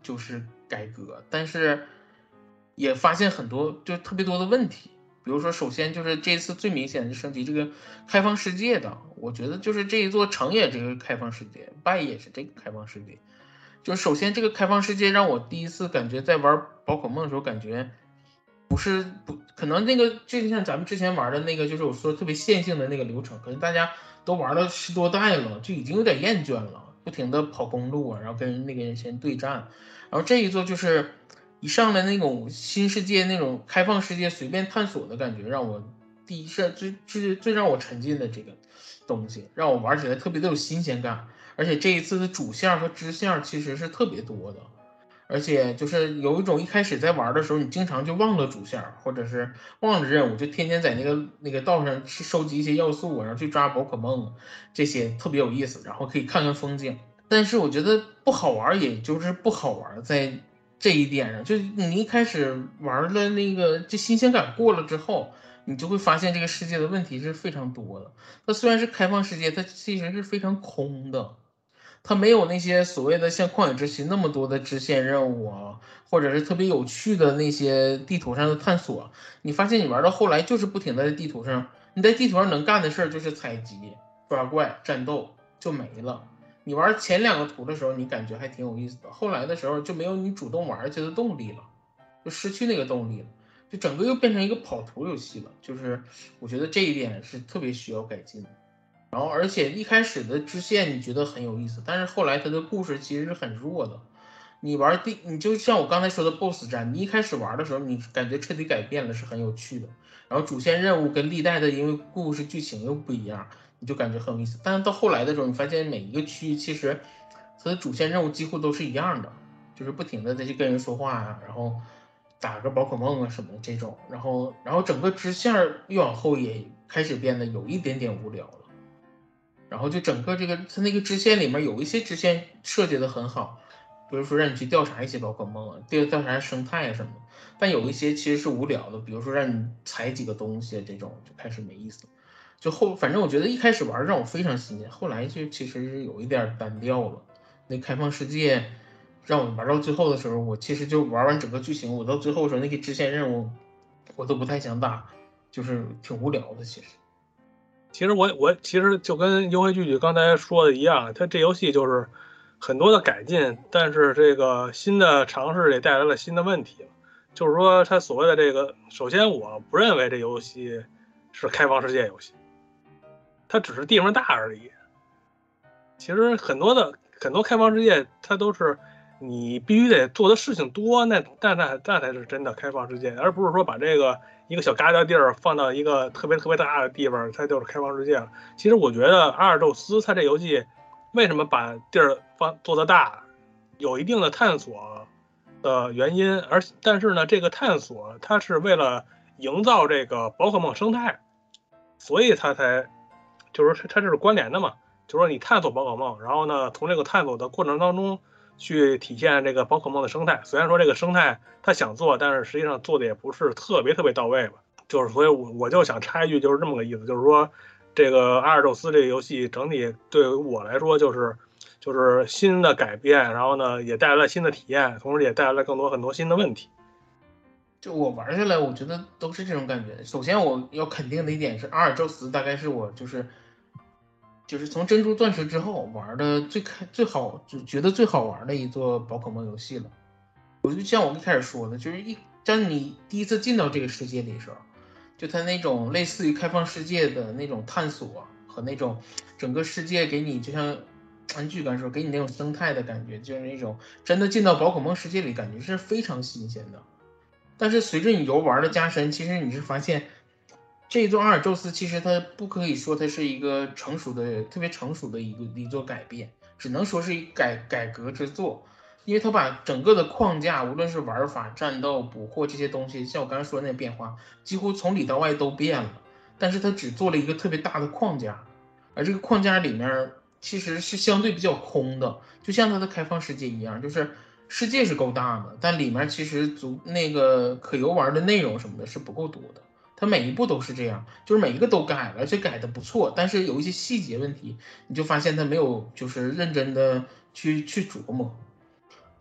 就是改革，但是也发现很多就特别多的问题。比如说，首先就是这次最明显的升级这个开放世界的，我觉得就是这一座城也这个开放世界，拜也是这个开放世界。就是首先这个开放世界让我第一次感觉在玩宝可梦的时候，感觉不是不可能那个就像咱们之前玩的那个，就是我说特别线性的那个流程，可能大家都玩了十多代了，就已经有点厌倦了，不停的跑公路啊，然后跟那个人先对战。然后这一座就是一上来那种新世界那种开放世界随便探索的感觉，让我第一是最最最让我沉浸的这个东西，让我玩起来特别的有新鲜感。而且这一次的主线和支线其实是特别多的，而且就是有一种一开始在玩的时候你经常就忘了主线，或者是忘了任务，就天天在那个那个道上去收集一些要素，然后去抓宝可梦，这些特别有意思，然后可以看看风景。但是我觉得不好玩，也就是不好玩在这一点上，就你一开始玩了那个这新鲜感过了之后，你就会发现这个世界的问题是非常多的。它虽然是开放世界，它其实是非常空的。它没有那些所谓的像旷野之息那么多的支线任务啊，或者是特别有趣的那些地图上的探索。你发现你玩到后来就是不停的在地图上，你在地图上能干的事儿就是采集、抓怪、战斗就没了。你玩前两个图的时候，你感觉还挺有意思的，后来的时候就没有你主动玩下去的动力了，就失去那个动力了，就整个又变成一个跑图游戏了。就是我觉得这一点是特别需要改进的。然后，而且一开始的支线你觉得很有意思，但是后来它的故事其实是很弱的。你玩第，你就像我刚才说的 B O S S 战，你一开始玩的时候，你感觉彻底改变了，是很有趣的。然后主线任务跟历代的因为故事剧情又不一样，你就感觉很有意思。但是到后来的时候，你发现每一个区域其实它的主线任务几乎都是一样的，就是不停的再去跟人说话啊，然后打个宝可梦啊什么的这种。然后，然后整个支线越往后也开始变得有一点点无聊了。然后就整个这个它那个支线里面有一些支线设计的很好，比如说让你去调查一些宝可梦啊，调调查生态啊什么的。但有一些其实是无聊的，比如说让你采几个东西这种就开始没意思。就后反正我觉得一开始玩让我非常新鲜，后来就其实有一点单调了。那开放世界让我玩到最后的时候，我其实就玩完整个剧情，我到最后的时候那个支线任务我都不太想打，就是挺无聊的其实。 其实我我其实就跟优惠剧剧刚才说的一样，它这游戏就是很多的改进，但是这个新的尝试也带来了新的问题。就是说，它所谓的这个，首先我不认为这游戏是开放世界游戏，它只是地方大而已。其实很多的很多开放世界，它都是你必须得做的事情多，那那那那才是真的开放世界，而不是说把这个一个小疙瘩地儿放到一个特别特别大的地方，它就是开放世界了。其实我觉得阿尔宙斯它这游戏为什么把地儿放做得大，有一定的探索的原因，而但是呢，这个探索它是为了营造这个宝可梦生态，所以它才就是它这是关联的嘛，就是说你探索宝可梦，然后呢，从这个探索的过程当中去体现这个宝可梦的生态。虽然说这个生态他想做，但是实际上做的也不是特别特别到位吧。就是所以我我就想插一句，就是这么个意思，就是说这个阿尔宙斯这个游戏整体对于我来说就是就是新的改变，然后呢也带来了新的体验，同时也带来了更多很多新的问题。 就我玩下来，我觉得都是这种感觉。首先我要肯定的一点是，阿尔宙斯大概是我就是就是从珍珠钻石之后玩的最开最好，就觉得最好玩的一座宝可梦游戏了。我就像我一开始说的，就是一当你第一次进到这个世界里的时候，就它那种类似于开放世界的那种探索和那种整个世界给你就像安剧感说给你那种生态的感觉，就是那种真的进到宝可梦世界里感觉是非常新鲜的。但是随着你游玩的加深，其实你是发现这一座阿尔宙斯其实它不可以说它是一个成熟的特别成熟的一个一座改变，只能说是一改改革之作。因为它把整个的框架，无论是玩法、战斗、捕获这些东西，像我刚才说的那个变化，几乎从里到外都变了。但是它只做了一个特别大的框架，而这个框架里面其实是相对比较空的，就像它的开放世界一样，就是世界是够大的，但里面其实足那个可游玩的内容什么的是不够多的。它每一步都是这样，就是每一个都改了，而且改的不错，但是有一些细节问题，你就发现它没有就是认真的去去琢磨。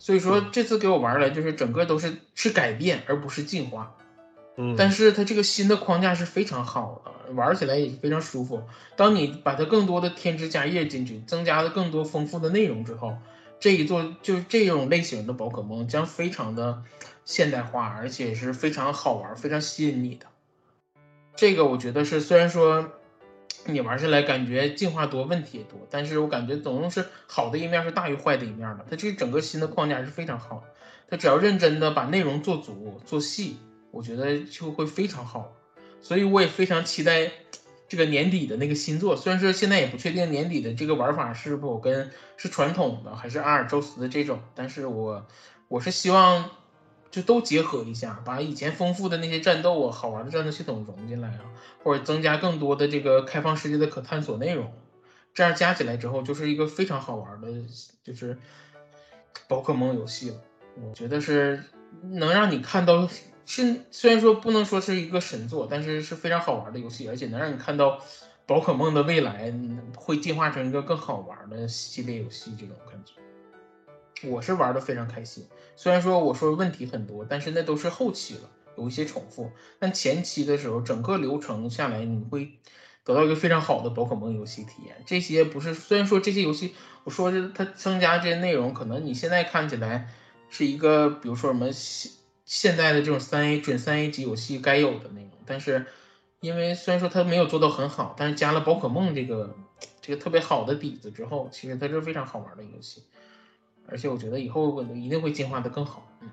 所以说这次给我玩来就是整个都是是改变而不是进化。 嗯， 但是它这个新的框架是非常好的，玩起来也非常舒服。当你把它更多的添枝加叶进去，增加了更多丰富的内容之后，这一座就是这种类型的宝可梦将非常的现代化，而且是非常好玩，非常吸引你的。这个我觉得是，虽然说你玩下来感觉进化多，问题也多，但是我感觉总是好的一面是大于坏的一面的。它这整个新的框架是非常好的，它只要认真的把内容做足做细，我觉得就会非常好。所以我也非常期待这个年底的那个新作，虽然说现在也不确定年底的这个玩法是否跟是传统的还是阿尔宙斯的这种，但是我我是希望就都结合一下，把以前丰富的那些战斗啊、好玩的战斗系统融进来啊，或者增加更多的这个开放世界的可探索内容，这样加起来之后就是一个非常好玩的，就是宝可梦游戏了。我觉得是能让你看到，是虽然说不能说是一个神作，但是是非常好玩的游戏，而且能让你看到宝可梦的未来会进化成一个更好玩的系列游戏，这种感觉。我是玩的非常开心，虽然说我说问题很多，但是那都是后期了，有一些重复，但前期的时候整个流程下来你会得到一个非常好的宝可梦游戏体验。这些不是，虽然说这些游戏我说是它增加这些内容，可能你现在看起来是一个比如说什么现在的这种三 A 准三 A 级游戏该有的内容，但是因为虽然说它没有做到很好，但是加了宝可梦这个这个特别好的底子之后，其实它是非常好玩的游戏。而且我觉得以后一定会进化的更好。嗯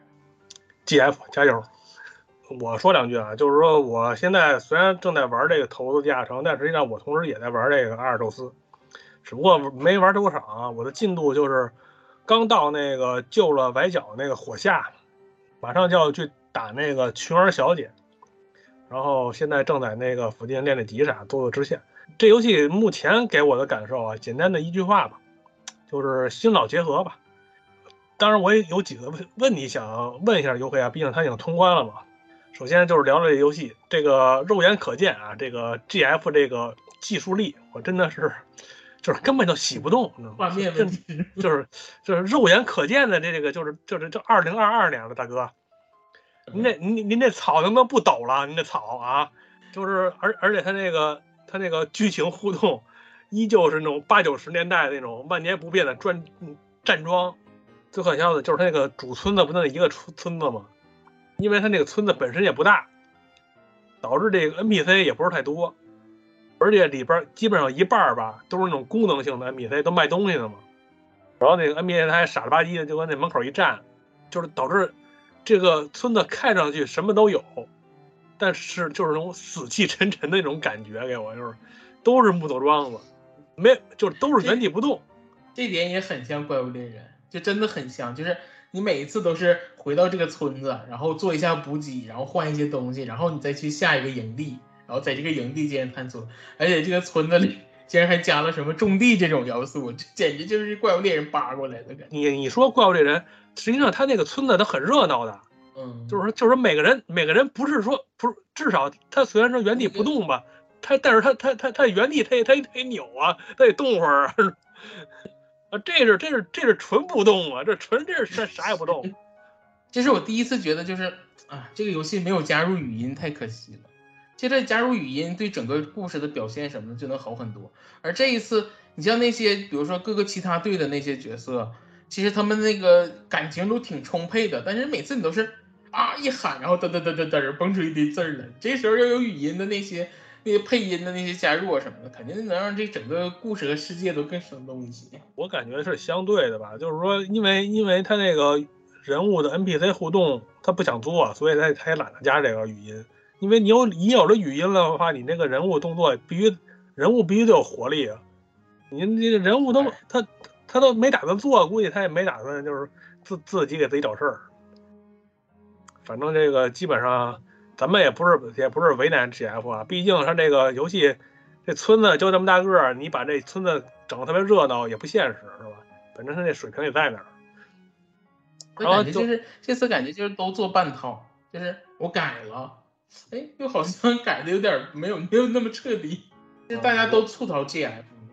G F 加油！我说两句啊，就是说我现在虽然正在玩这个头子加成，但实际上我同时也在玩这个阿尔宙斯，只不过没玩多少啊。我的进度就是刚到那个救了崴脚那个火下，马上就要去打那个群儿小姐，然后现在正在那个附近练练级啥，做做支线。这游戏目前给我的感受啊，简单的一句话吧，就是新老结合吧。当然我也有几个问题想问一下优惠啊，毕竟他已经通关了嘛。首先就是聊聊这游戏，这个肉眼可见啊，这个 G F 这个技术力，我真的是就是根本就洗不动， 画面问题， 就是就是肉眼可见的这个就是就是这二零二二年了，大哥，您这您您这草能不能不抖了？您这草啊，就是而而且他那个他那个剧情互动，依旧是那种八九十年代那种万年不变的专站桩。最可笑的就是他那个主村子不那一个村子吗？因为他那个村子本身也不大，导致这个 N P C 也不是太多，而且里边基本上一半吧都是那种功能性的 N P C， 都卖东西的嘛。然后那个 N P C 他还傻了吧唧的就跟那门口一站，就是导致这个村子看上去什么都有，但是就是那种死气沉沉的那种感觉，给我就是都是木头桩子，没就是都是原地不动。 这, 这点也很像怪物猎人，就真的很像，就是你每一次都是回到这个村子，然后做一下补给，然后换一些东西，然后你再去下一个营地，然后在这个营地进行探索，而且这个村子里竟然还加了什么种地这种要素，这简直就是怪物猎人扒过来的感觉。 你你说怪物猎人，实际上他那个村子他很热闹的， 嗯， 就是说就是每个人每个人不是说不是，至少他虽然说原地不动吧，他但是他他他他原地他也他也得扭啊，他得动会儿啊。啊，这是这是这是纯不动啊，这纯这是啥也不动。 这是我第一次觉得就是啊，这个游戏没有加入语音太可惜了。接着加入语音，对整个故事的表现什么的就能好很多。而这一次，你像那些比如说各个其他队的那些角色，其实他们那个感情都挺充沛的，但是每次你都是啊一喊，然后嘚嘚嘚嘚嘚蹦出一堆字儿来。这时候要有语音的那些。那些配音的那些加入啊什么的，肯定能让这整个故事和世界都更生动一些。 我感觉是相对的吧，就是说，因为因为他那个人物的 N P C 互动，他不想做，所以他他也懒得加这个语音。因为你有你有了语音了的话，你那个人物动作必须人物必须得有活力啊。你那个人物都他他都没打算做，估计他也没打算就是自自己给自己找事儿。反正这个基本上。咱们也不是也不是为难 G F 啊，毕竟他这个游戏这村子就这么大个儿，你把这村子整得特别热闹也不现实，是吧？本身他这水平也在那儿。 然后就是这次感觉就是都做半套，就是我改了，哎，又好像改的有点没有没有那么彻底，就是大家都吐槽 G F，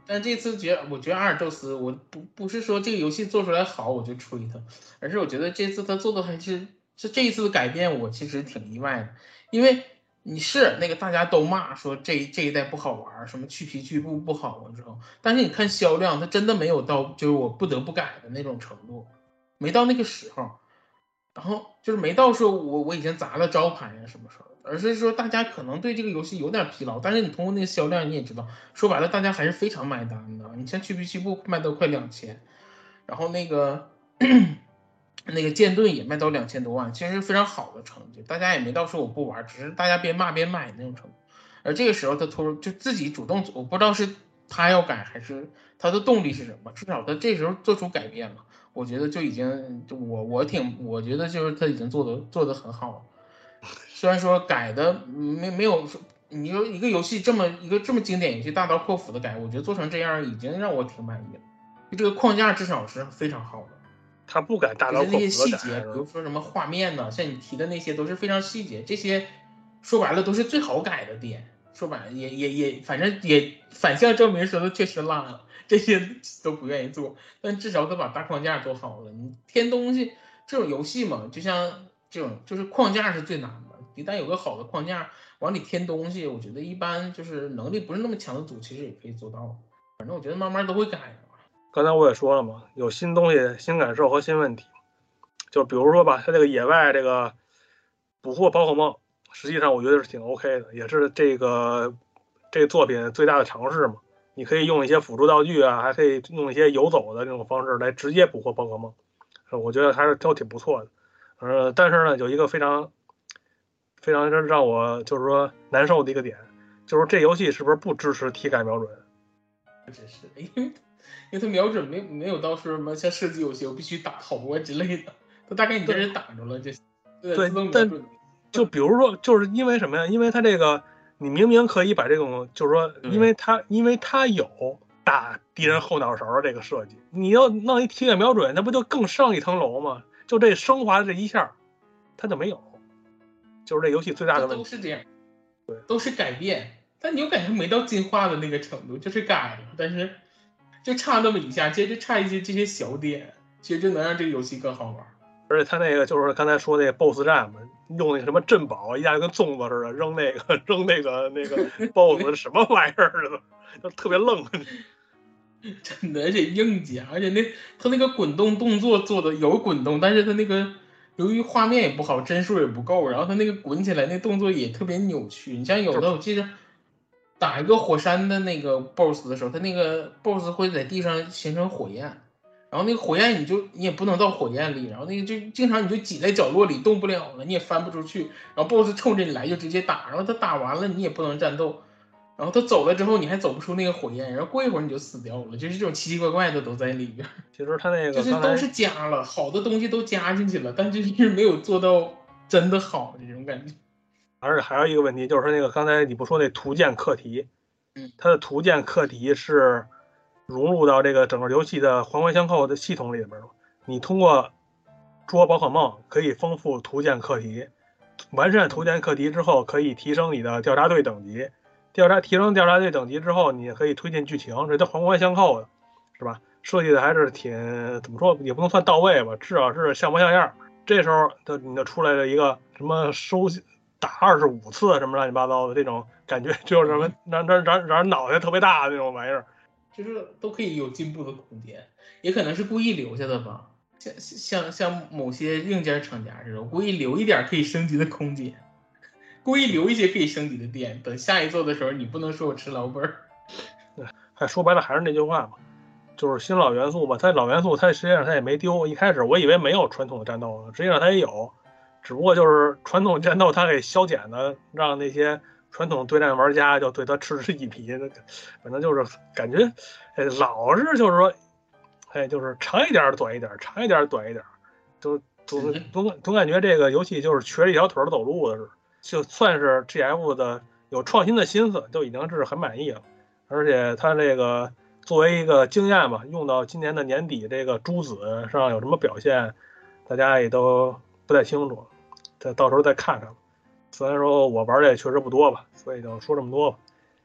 但这次觉得，我觉得阿尔宙斯，我不不是说这个游戏做出来好我就吹它，而是我觉得这次他做的还是这这一次的改变，我其实挺意外的，因为你是那个大家都骂说这这一代不好玩，什么去皮去布不好了之后，但是你看销量，它真的没有到就是我不得不改的那种程度，没到那个时候，然后就是没到说我我已经砸了招牌呀什么时候。而是说大家可能对这个游戏有点疲劳，但是你通过那个销量你也知道，说白了大家还是非常买单的。你像去皮去布卖到快两千，然后那个那个剑盾也卖到两千多万，其实是非常好的成绩，大家也没到说我不玩，只是大家边骂边买那种程度。而这个时候他突然就自己主动，我不知道是他要改还是他的动力是什么，至少他这时候做出改变了，我觉得就已经我我挺我觉得就是他已经做的做的很好了。虽然说改的没没有，你说一个游戏这么一个这么经典游戏大刀阔斧的改，我觉得做成这样已经让我挺满意了。这个框架至少是非常好的。 他不改大刀阔斧的改， 就是那些细节，比如说什么画面呢，像你提的那些都是非常细节，这些说白了都是最好改的点。说白了也也也，反正也反向证明说的确实烂了，这些都不愿意做，但至少他把大框架做好了。你添东西这种游戏嘛，就像这种就是框架是最难的。一旦有个好的框架，往里添东西，我觉得一般就是能力不是那么强的组，其实也可以做到。反正我觉得慢慢都会改的。 刚才我也说了嘛，有新东西、新感受和新问题。就比如说吧，它这个野外这个捕获宝可梦，实际上我觉得是挺 OK 的，也是这个这个作品最大的尝试嘛。你可以用一些辅助道具啊，还可以用一些游走的这种方式来直接捕获宝可梦，我觉得还是都挺不错的。呃，但是呢，有一个非常。非常让我就是说难受的一个点，就是这游戏是不是不支持体感瞄准？ 不支持，因为因为它瞄准没没有到说什么像射击游戏我必须打头啊之类的，它大概你在这打着了就对，但就比如说，就是因为什么呀？因为它这个你明明可以把这种，就是说，因为它因为它有打敌人后脑勺这个设计，你要弄一体感瞄准，那不就更上一层楼吗？就这升华这一下，它就没有。就是这游戏最大的问题都是这样， 对， 都是改变，但你又感觉没到进化的那个程度，就是改了，但是就差那么一下，接着差一些这些小点，其实就能让这个游戏更好玩。 而且他那个就是刚才说那个 B O S S 战嘛，用那个什么镇宝，一下就跟粽子似的，扔那个扔那个那个 B O S S 什么玩意儿的，就特别愣。 真的，而且硬加，而且那他那个滚动动作做的有滚动，但是他那个。由于画面也不好，帧数也不够，然后他那个滚起来那动作也特别扭曲。你像有的我记得打一个火山的那个 boss 的时候，他那个 boss 会在地上形成火焰，然后那个火焰你就你也不能到火焰里，然后那个就经常你就挤在角落里动不了了，你也翻不出去，然后 boss 冲着你来就直接打，然后他打完了你也不能战斗。然后他走了之后，你还走不出那个火焰，然后过一会儿你就死掉了，就是这种奇奇怪怪的都在里边。 其实他那个就是都是加了好的东西都加进去了，但就是没有做到真的好这种感觉。 而且还有一个问题就是那个刚才你不说那图鉴课题， 嗯， 它的图鉴课题是融入到这个整个游戏的环环相扣的系统里边了。你通过捉宝可梦可以丰富图鉴课题，完善图鉴课题之后可以提升你的调查队等级。调查提升调查队等级之后，你可以推进剧情，这都环环相扣的，是吧？设计的还是挺怎么说，也不能算到位吧，至少是像模像样。这时候就你就出来了一个什么收打二十五次什么乱七八糟的这种感觉，就是什么让让让让人脑袋特别大的那种玩意儿， 就是都可以有进步的空间，也可能是故意留下的吧。像像像某些硬件厂家似的，故意留一点可以升级的空间。故意留一些可以升级的店，等下一座的时候，你不能说我吃老本儿。 对，还说白了还是那句话嘛，就是新老元素吧。它老元素它实际上它也没丢。一开始我以为没有传统的战斗，实际上它也有，只不过就是传统战斗它给消减的，让那些传统对战玩家就对它嗤之以鼻。反正就是感觉，哎，老是就是说，哎，就是长一点短一点，长一点短一点，就总总总感觉这个游戏就是瘸着一条腿走路的似的。就算是 G F 的有创新的心思，就已经是很满意了。而且它这个作为一个经验吧，用到今年的年底，这个朱子上有什么表现，大家也都不太清楚，再到时候再看看。虽然说我玩的也确实不多吧，所以就说这么多吧。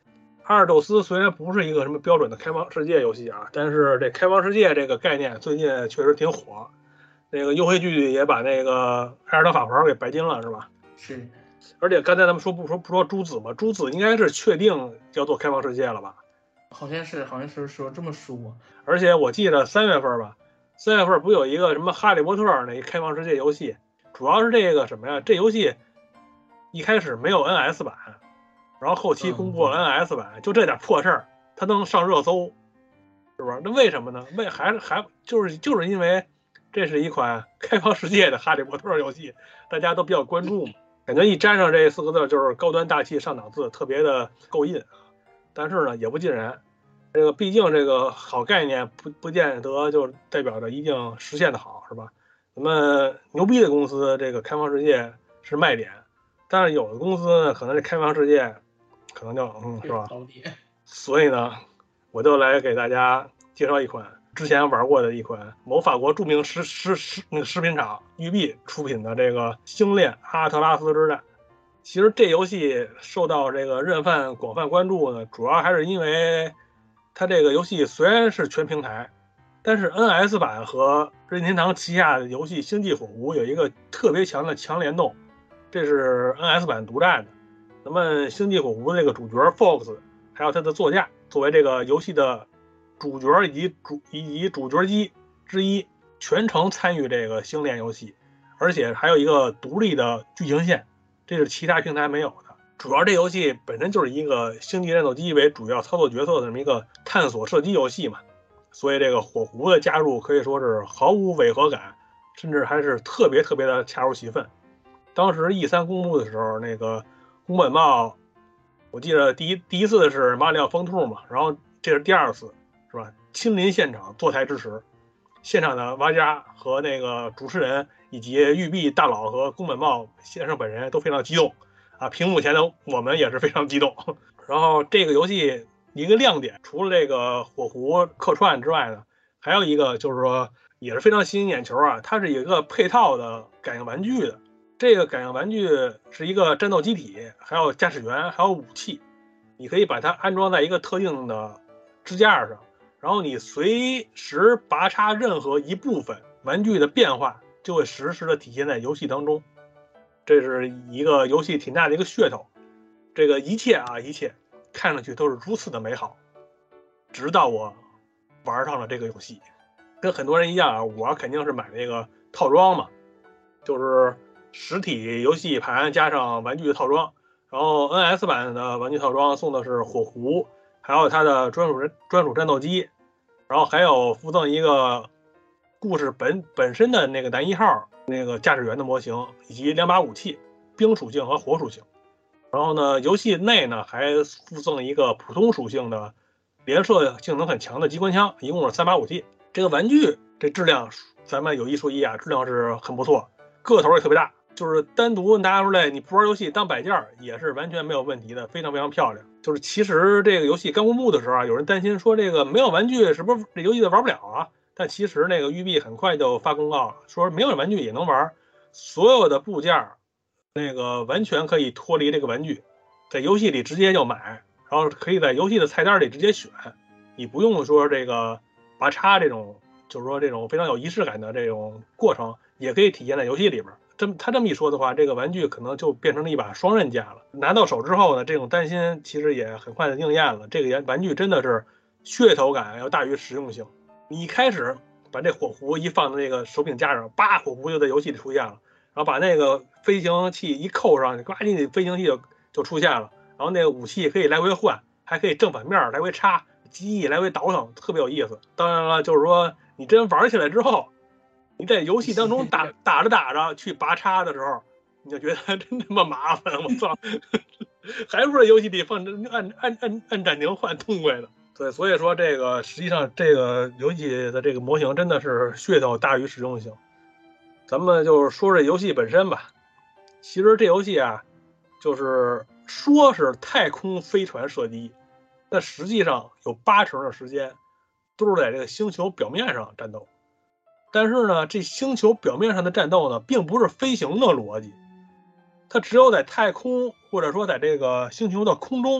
阿尔宙斯虽然不是一个什么标准的开放世界游戏啊，但是这开放世界这个概念最近确实挺火。那个优黑剧也把那个艾尔登法环给白金了，是吧？ 是。 而且刚才咱们说不说不说朱子吗？朱子应该是确定要做开放世界了吧？ 好像是，好像是说这么说。 而且我记得三月份吧，三月份不有一个什么哈利波特那一开放世界游戏，主要是这个什么呀？这游戏一开始没有 N S 版，然后后期公布了 N S 版，嗯、就这点破事儿，它能上热搜，是不是？那为什么呢？为还是还就是就是因为这是一款开放世界的哈利波特游戏，大家都比较关注嘛。感觉一沾上这四个字就是高端大气上档次，特别的够印。但是呢，也不尽然。这个毕竟这个好概念不不见得就代表着一定实现的好，是吧？咱们牛逼的公司这个开放世界是卖点，但是有的公司呢，可能这开放世界可能就嗯是吧？所以呢，我就来给大家介绍一款之前玩过的一款某法国著名食食食那个食品厂育碧出品的这个《星链阿特拉斯之战》。其实这游戏受到这个任范广泛关注呢，主要还是因为它这个游戏虽然是全平台，但是 N S 版和任天堂旗下的游戏《星际火狐》有一个特别强的强联动，这是 N S 版独占的。那么《星际火狐》这个主角 Fox 还有他的座驾作为这个游戏的主角以及主以及主角机之一，全程参与这个星链游戏，而且还有一个独立的剧情线，这是其他平台没有的。主要这游戏本身就是一个星际战斗机为主要操作角色的这么一个探索射击游戏嘛，所以这个火狐的加入可以说是毫无违和感，甚至还是特别特别的恰如其分。当时 E 三 公布的时候，那个宫本茂，我记得第一第一次是马里奥疯兔嘛，然后这是第二次，是吧？亲临现场坐台支持，现场的玩家和那个主持人以及育碧大佬和宫本茂先生本人都非常激动啊！屏幕前的我们也是非常激动。然后这个游戏一个亮点，除了这个火狐客串之外呢，还有一个就是说也是非常吸引眼球啊，它是一个配套的感应玩具的。这个感应玩具是一个战斗机体，还有驾驶员，还有武器，你可以把它安装在一个特定的支架上，然后你随时拔插任何一部分，玩具的变化就会实时的体现在游戏当中。这是一个游戏挺大的一个噱头。这个一切啊，一切看上去都是如此的美好，直到我玩上了这个游戏。跟很多人一样啊，我肯定是买那个套装嘛，就是实体游戏盘加上玩具套装。然后 N S 版的玩具套装送的是火狐，还有它的专属专属战斗机，然后还有附赠一个故事本本身的那个男一号那个驾驶员的模型，以及两把武器，冰属性和火属性。然后呢，游戏内呢还附赠一个普通属性的连射性能很强的机关枪，一共是三把武器。这个玩具这质量咱们有一说一啊，质量是很不错，个头也特别大，就是单独拿出来你不玩游戏当摆件也是完全没有问题的，非常非常漂亮。就是其实这个游戏刚公布的时候啊，有人担心说这个没有玩具是不是这游戏玩不了啊？但其实那个育碧很快就发公告了，说没有玩具也能玩，所有的部件那个完全可以脱离这个玩具，在游戏里直接就买，然后可以在游戏的菜单里直接选，你不用说这个拔插这种，就是说这种非常有仪式感的这种过程，也可以体现在游戏里边。这么他这么一说的话，这个玩具可能就变成了一把双刃剑了。拿到手之后呢，这种担心其实也很快的应验了。这个玩具真的是噱头感要大于实用性。你一开始把这火狐一放在那个手柄架上，叭，火狐就在游戏里出现了。然后把那个飞行器一扣上，呱唧，你飞行器就就出现了。然后那个武器可以来回换，还可以正反面来回插，机翼来回倒腾，特别有意思。当然了，就是说你真玩起来之后，你在游戏当中打打着打着去拔插的时候，你就觉得真他妈麻烦，我操！还不是游戏里放按按按按暂停换痛快的。对，所以说这个实际上这个游戏的这个模型真的是噱头大于实用性。咱们就是说这游戏本身吧，其实这游戏啊，就是说是太空飞船射击，但实际上有八成的时间都是在这个星球表面上战斗。但是呢，这星球表面上的战斗呢，并不是飞行的逻辑，它只有在太空或者说在这个星球的空中，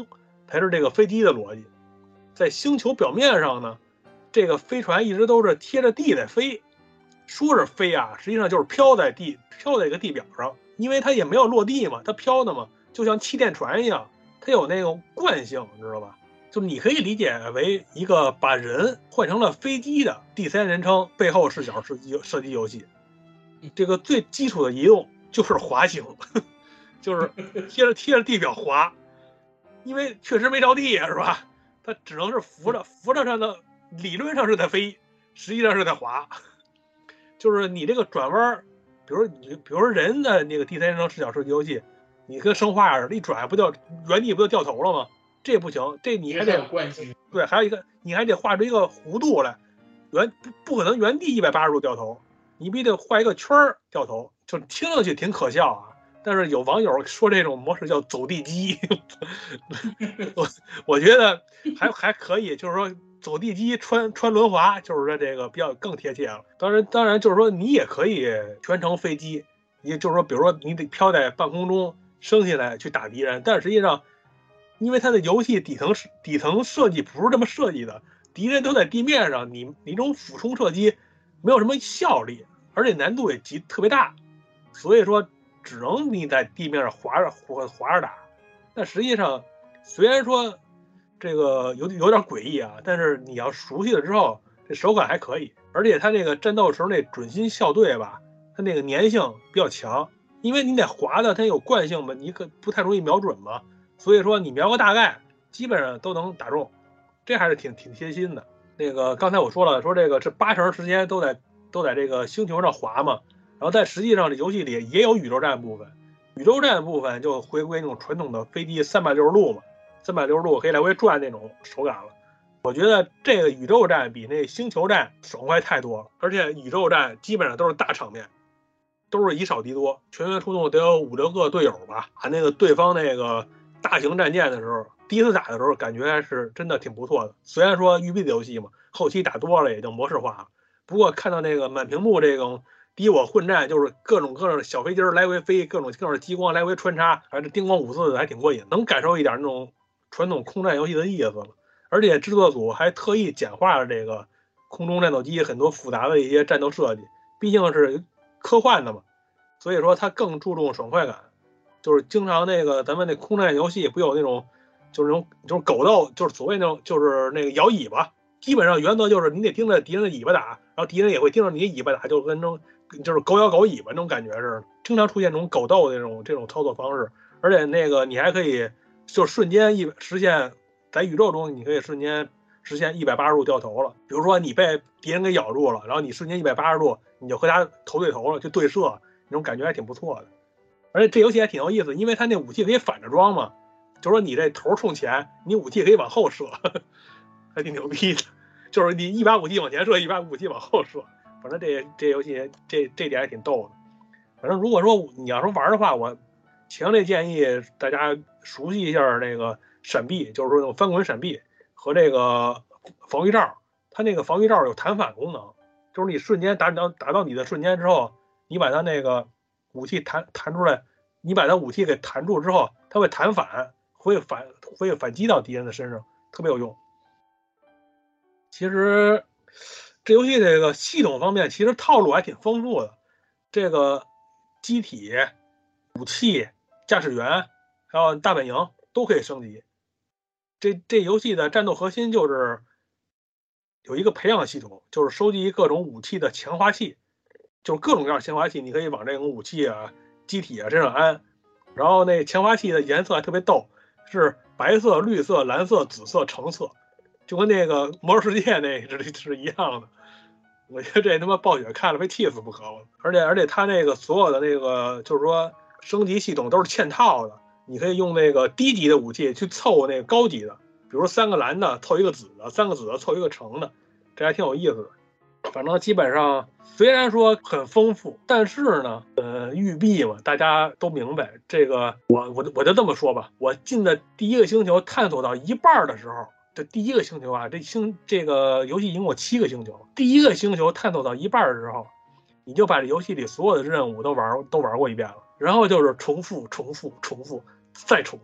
才是这个飞机的逻辑。在星球表面上呢，这个飞船一直都是贴着地在飞，说是飞啊，实际上就是飘在地飘在一个地表上，因为它也没有落地嘛，它飘的嘛，就像气垫船一样，它有那种惯性，你知道吧？就你可以理解为一个把人换成了飞机的第三人称背后视角射击射击游戏。这个最基础的移动就是滑行，就是贴着贴着地表滑，因为确实没着地是吧？它只能是扶着扶着它的，理论上是在飞，实际上是在滑。就是你这个转弯，比如你比如说人的那个第三人称视角射击游戏，你跟生化似的，一转不掉原地不就掉头了吗？这不行，这你还得对，还有一个你还得画出一个弧度来，原不不可能原地一百八十度掉头，你必须得画一个圈儿掉头，就听上去挺可笑啊。但是有网友说这种模式叫走地鸡，我我觉得还还可以，就是说走地鸡穿穿轮滑，就是说这个比较更贴切了。当然当然就是说你也可以全程飞机，也就是说比如说你得飘在半空中升起来去打敌人，但实际上因为它的游戏底层底层设计不是这么设计的，敌人都在地面上，你你这种俯冲射击没有什么效力，而且难度也极特别大，所以说只能你在地面上滑着滑滑着打。但实际上虽然说这个有有点诡异啊，但是你要熟悉了之后，这手感还可以。而且它这个战斗时候那准心校对吧，它那个粘性比较强，因为你得滑的它有惯性嘛，你可不太容易瞄准嘛，所以说你瞄个大概基本上都能打中，这还是挺挺贴心的。那个刚才我说了，说这个是八成时间都在都在这个星球上滑嘛，然后在实际上这游戏里也有宇宙站部分，宇宙站部分就回归那种传统的飞机三百六十度嘛，三百六十度可以来回转那种手感了。我觉得这个宇宙站比那星球站爽快太多了，而且宇宙站基本上都是大场面，都是以少敌多，全员出动得有五六个队友吧，打那个对方那个大型战舰的时候，第一次打的时候感觉还是真的挺不错的。虽然说育碧的游戏嘛，后期打多了也就模式化了，不过看到那个满屏幕这种敌我混战，就是各种各样的小飞机来回飞，各种各样的激光来回穿插，还是叮咣五四的，还挺过瘾，能感受一点那种传统空战游戏的意思了。而且制作组还特意简化了这个空中战斗机很多复杂的一些战斗设计，毕竟是科幻的嘛，所以说它更注重爽快感。就是经常那个咱们那空战游戏不有那种就是那种就是狗斗，就是所谓那种就是那个摇尾巴，基本上原则就是你得盯着敌人的尾巴打，然后敌人也会盯着你的尾巴打，就跟那种就是狗咬狗尾巴那种感觉似的，经常出现这种狗斗的这种这种操作方式。而且那个你还可以就瞬间一实现在宇宙中，你可以瞬间实现一百八十度掉头了。比如说你被敌人给咬住了，然后你瞬间一百八十度，你就和他头对头了，就对射，那种感觉还挺不错的。而且这游戏还挺有意思，因为它那武器可以反着装嘛，就是说你这头冲前，你武器可以往后射，呵呵，还挺牛逼的。就是你一把武器往前射，一把武器往后射，反正这这游戏这这点还挺逗的。反正如果说你要说玩的话，我强烈建议大家熟悉一下那个闪避，就是说那种翻滚闪避和这个防御罩。它那个防御罩有弹反功能，就是你瞬间打到打到你的瞬间之后，你把它那个武器弹弹出来，你把它武器给弹住之后，它会弹反，会反会反击到敌人的身上，特别有用。其实这游戏这个系统方面，其实套路还挺丰富的。这个机体、武器、驾驶员还有大本营都可以升级。这这游戏的战斗核心就是有一个培养系统，就是收集各种武器的强化器，就是各种各样的强化器，你可以往这种武器啊、机体啊身上安。然后那强化器的颜色还特别逗，是白色、绿色、蓝色、紫色、橙色，就跟那个魔兽世界那是是一样的。我觉得这他妈暴雪看了非气死不可了。而且而且它那个所有的那个就是说升级系统都是嵌套的，你可以用那个低级的武器去凑那个高级的，比如三个蓝的凑一个紫的，三个紫的凑一个橙的，这还挺有意思的。反正基本上虽然说很丰富，但是呢，呃，育碧嘛，大家都明白这个。我我我就这么说吧，我进的第一个星球探索到一半的时候，这第一个星球啊，这星这个游戏一共有七个星球，第一个星球探索到一半的时候，你就把这游戏里所有的任务都玩都玩过一遍了，然后就是重复重复重复再重复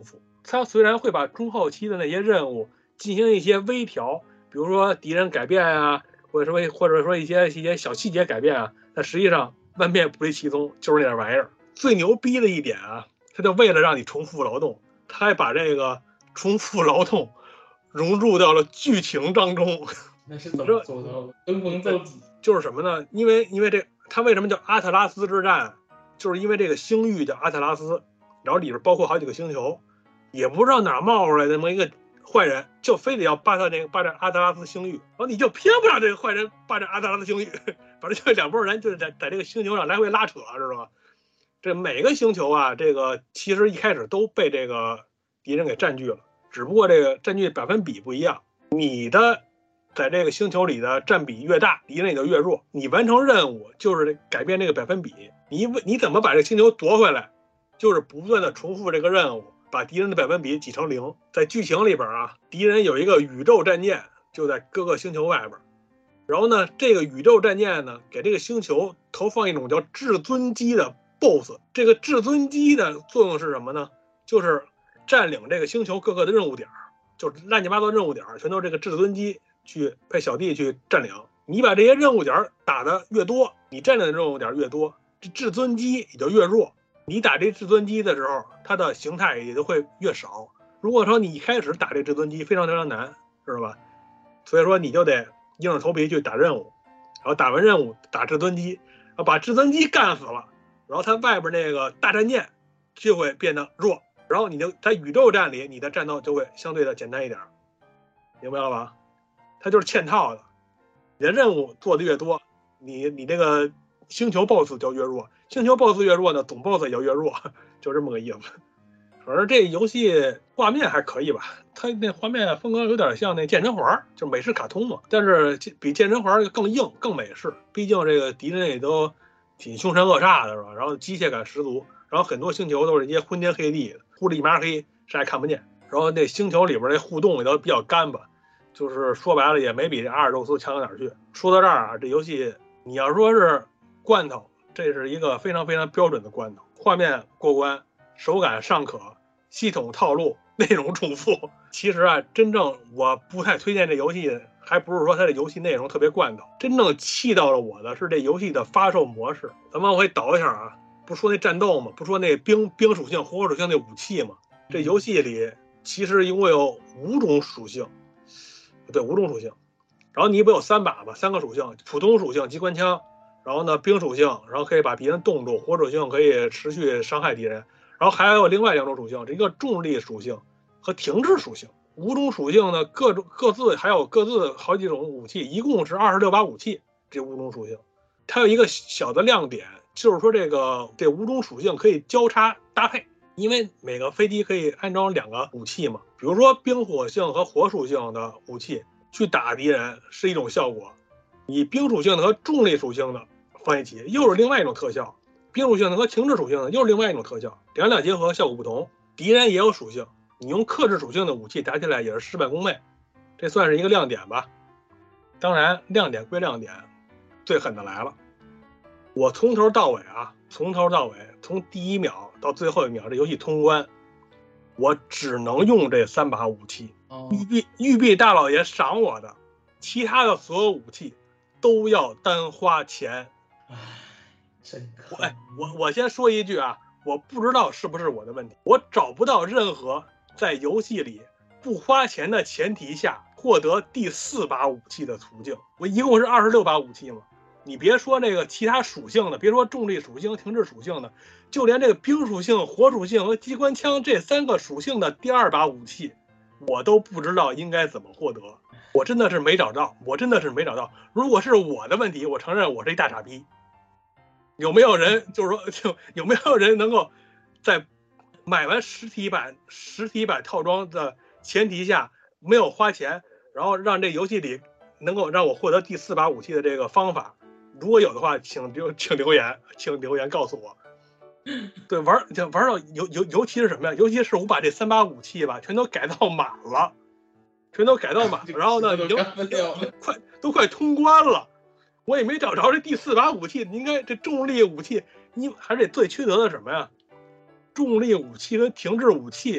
它虽然会把中后期的那些任务进行一些微调，比如说敌人改变啊，或者说或者说一些一些小细节改变啊，但实际上万变不离其宗，就是那点玩意儿。最牛逼的一点啊，它就为了让你重复劳动，它还把这个重复劳动融入到了剧情当中。 那是怎么做到的？登峰造极。 就是什么呢？因为因为这它为什么叫阿特拉斯之战？就是因为这个星域叫阿特拉斯，然后里边包括好几个星球，也不知道哪冒出来的那么一个坏人，就非得要霸占那个霸占阿特拉斯星域，然后你就偏不让这个坏人霸占阿特拉斯星域，反正就两拨人就是在在这个星球上来回拉扯，知道吧？这每个星球啊，这个其实一开始都被这个敌人给占据了，只不过这个占据百分比不一样，你的在这个星球里的占比越大，敌人也就越弱。你完成任务就是改变这个百分比，你你怎么把这个星球夺回来，就是不断的重复这个任务，把敌人的百分比挤成零。在剧情里边啊，敌人有一个宇宙战舰，就在各个星球外边。然后呢，这个宇宙战舰呢，给这个星球投放一种叫至尊机的 B O S S。这个至尊机的作用是什么呢？就是占领这个星球各个的任务点，就乱七八糟任务点全都是这个至尊机去派小弟去占领。你把这些任务点打的越多，你占领的任务点越多，这至尊机也就越弱。你打这至尊机的时候，它的形态也就会越少。如果说你一开始打这至尊机非常非常难，知道吧？所以说你就得硬着头皮去打任务，然后打完任务打至尊机，然后把至尊机干死了，然后它外边那个大战舰就会变得弱，然后你就在宇宙战里你的战斗就会相对的简单一点，明白了吧？它就是嵌套的，你的任务做的越多，你你这个星球 B O S S 就越弱，星球 B O S S 越弱呢，总 B O S S 也就越弱，就这么个意思。反正这游戏画面还可以吧，它那画面风格有点像那健身环，就美式卡通嘛，但是比健身环更硬更美式，毕竟这个敌人也都挺凶神恶煞的是吧？然后机械感十足，然后很多星球都是一些昏天黑地的，呼里麻黑，啥也看不见。然后那星球里边那互动也都比较干巴，就是说白了也没比这阿尔宙斯强到哪儿去。说到这儿啊，这游戏你要说是罐头，这是一个非常非常标准的罐头，画面过关，手感尚可，系统套路，内容重复。其实啊，真正我不太推荐这游戏，还不是说它的游戏内容特别罐头，真正气到了我的是这游戏的发售模式。咱们往回倒一下啊，不说那战斗嘛，不说那冰冰属性、火属性那武器嘛，这游戏里其实一共有五种属性，对，五种属性。然后你不有三把吧，三个属性，普通属性机关枪，然后呢冰属性，然后可以把敌人冻住，火属性可以持续伤害敌人。然后还有另外两种属性，这一个重力属性和停滞属性。五种属性呢，各种各自还有各自好几种武器，一共是二十六把武器。这五种属性，它有一个小的亮点，就是说这个这五种属性可以交叉搭配，因为每个飞机可以安装两个武器嘛。比如说冰火性和火属性的武器去打敌人是一种效果，你冰属性的和重力属性的放一起又是另外一种特效。冰属性的和停滞属性的又是另外一种特效，两两结合效果不同。敌人也有属性，你用克制属性的武器打起来也是事半功倍，这算是一个亮点吧。当然亮点归亮点，最狠的来了，我从头到尾啊，从头到尾从第一秒到最后一秒这游戏通关，我只能用这三把武器，玉璧玉璧大老爷赏我的，其他的所有武器都要单花钱。我哎，我我先说一句啊，我不知道是不是我的问题，我找不到任何在游戏里不花钱的前提下获得第四把武器的途径。我一共是二十六把武器嘛，你别说那个其他属性的，别说重力属性、停滞属性的，就连这个冰属性、火属性和机关枪这三个属性的第二把武器，我都不知道应该怎么获得。我真的是没找到，我真的是没找到。如果是我的问题，我承认我是一大傻逼。有没有人就是说，就有没有人能够在买完实体版实体版套装的前提下，没有花钱，然后让这游戏里能够让我获得第四把武器的这个方法？如果有的话，请留请留言，请留言告诉我。对，玩就玩到尤尤尤其是什么呀？尤其是我把这三把武器吧，全都改到满了，全都改到满了，然后呢，已经快都快通关了。我也没找着这第四把武器，应该这重力武器，你还是得最缺德的什么呀？重力武器跟停滞武器，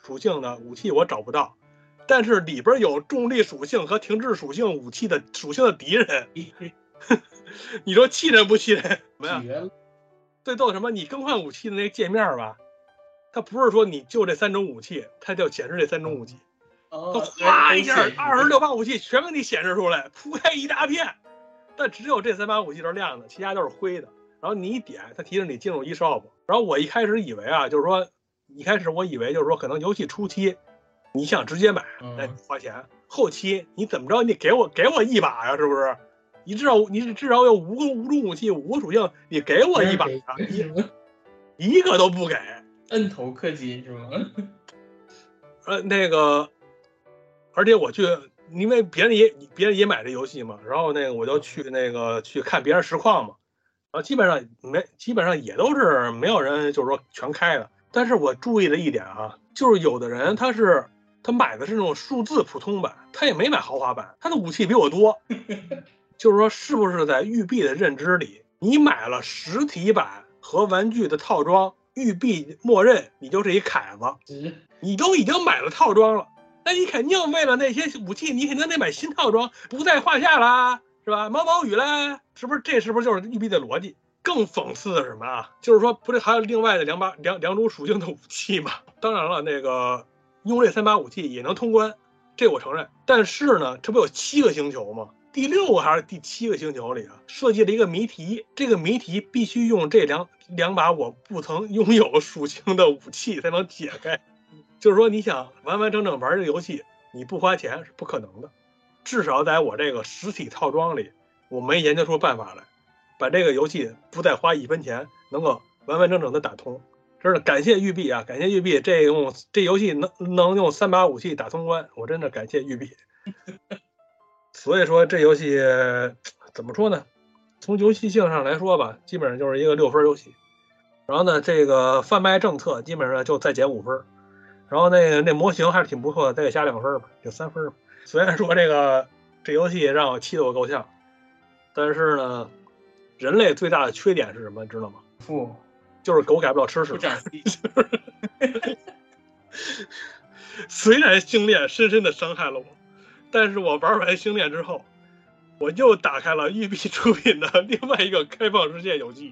属性的武器我找不到，但是里边有重力属性和停滞属性武器的属性的敌人，你说气人不气人？什么呀？最逗什么？你更换武器的那个界面吧，它不是说你就这三种武器，它就显示这三种武器，它哗一下二十六把武器全给你显示出来，铺开一大片，但只有这三把武器是亮的，其他都是灰的。然后你一点，它提示你进入 eShop。然后我一开始以为啊，就是说一开始我以为就是说可能游戏初期你想直接买，哎，花钱；后期你怎么着，你给我给我一把呀，是不是？你至少你至少有五个五种武器，五个属性，你给我一把呀，一一个都不给， 摁头氪金是吗？ 呃，那个，而且我去，因为别人也别人也买这游戏嘛，然后那个我就去那个去看别人实况嘛，然后基本上没，基本上也都是没有人就是说全开的。但是我注意了一点啊，就是有的人他是他买的是那种数字普通版，他也没买豪华版，他的武器比我多。就是说，是不是在育碧的认知里，你买了实体版和玩具的套装，育碧默认你就是一凯子，你都已经买了套装了，那你肯定为了那些武器，你肯定得买新套装，不在话下啦，是吧？毛毛雨啦，是不是？这是不是就是育碧的逻辑？更讽刺的是什么啊？就是说，不是还有另外的两把两两种属性的武器吗？当然了，那个用这三把武器也能通关，这我承认。但是呢，这不有七个星球吗？第六个还是第七个星球里啊，设计了一个谜题，这个谜题必须用这两两把我不曾拥有属性的武器才能解开。就是说，你想完完整整玩这个游戏，你不花钱是不可能的。至少在我这个实体套装里，我没研究出办法来，把这个游戏不再花一分钱，能够完完整整的打通。真的感谢育碧啊，感谢育碧，这用这游戏能能用三把武器打通关，我真的感谢育碧。所以说这游戏怎么说呢？从游戏性上来说吧，基本上就是一个六分游戏。然后呢，这个贩卖政策基本上就再减五分。然后那个那模型还是挺不错的，再给加两分吧，就三分吧。虽然说这个这游戏让我气得我够呛，但是呢，人类最大的缺点是什么？你知道吗？ 不， 就是狗改不了吃屎。 不长地。 虽然星链深深的伤害了我。但是我玩完星链之后，我又打开了育碧出品的另外一个开放世界游戏，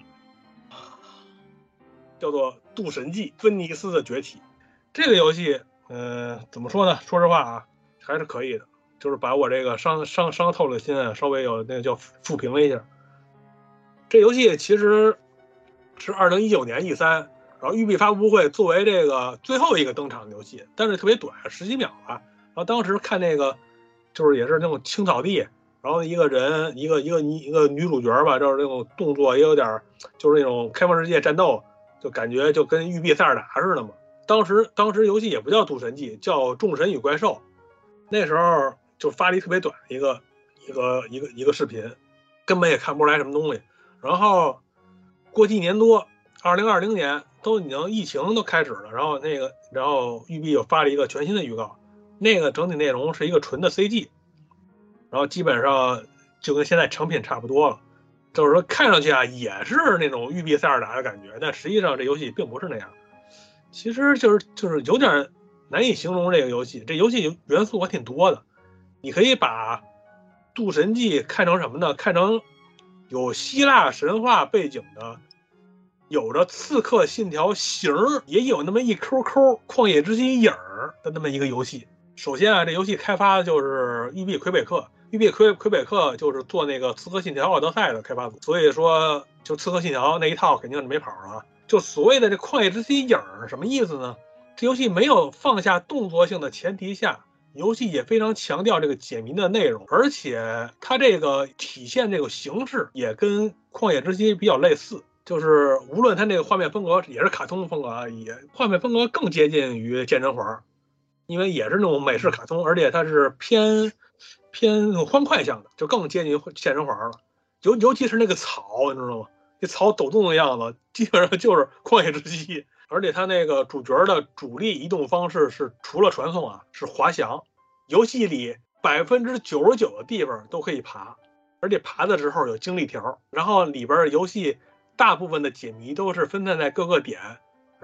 叫做《渡神记：芬尼斯的崛起》。这个游戏，呃，怎么说呢？说实话啊，还是可以的，就是把我这个伤伤伤透了心啊，稍微有那个叫抚平了一下。这游戏其实是二零一九年 E 三，然后育碧发布会作为这个最后一个登场的游戏，但是特别短，十几秒吧。然后当时看那个。就是也是那种青草地，然后一个人一个一个一个女主角吧，就是那种动作也有点就是那种开放世界战斗，就感觉就跟育碧塞尔达似的嘛。当时当时游戏也不叫渡神记，叫众神与怪兽。那时候就发了一特别短一个一个一个一个视频，根本也看不出来什么东西。然后过几年多，二零二零年都已经疫情都开始了，然后那个然后育碧又发了一个全新的预告。那个整体内容是一个纯的 C G， 然后基本上就跟现在成品差不多了，就是说看上去啊也是那种育碧塞尔达的感觉，但实际上这游戏并不是那样。其实就是就是有点难以形容这个游戏，这游戏元素还挺多的。你可以把渡神记看成什么呢？看成有希腊神话背景的，有着刺客信条型，也有那么一抠抠旷野之息影的那么一个游戏。首先啊，这游戏开发的就是育碧魁北克，育碧魁魁北克就是做那个《刺客信条：奥德赛》的开发组，所以说就《刺客信条》那一套肯定是没跑了。就所谓的这旷野之息影什么意思呢？这游戏没有放下动作性的前提下，游戏也非常强调这个解谜的内容，而且它这个体现这个形式也跟旷野之息比较类似。就是无论它那个画面风格也是卡通风格啊，也画面风格更接近于健身环。因为也是那种美式卡通，而且它是偏偏欢快向的，就更接近于健身环了。尤尤其是那个草，你知道吗？这草抖动的样子，基本上就是旷野之息。而且它那个主角的主力移动方式是除了传送啊，是滑翔。游戏里百分之九十九的地方都可以爬，而且爬的时候有经历条。然后里边游戏大部分的解谜都是分散在各个点。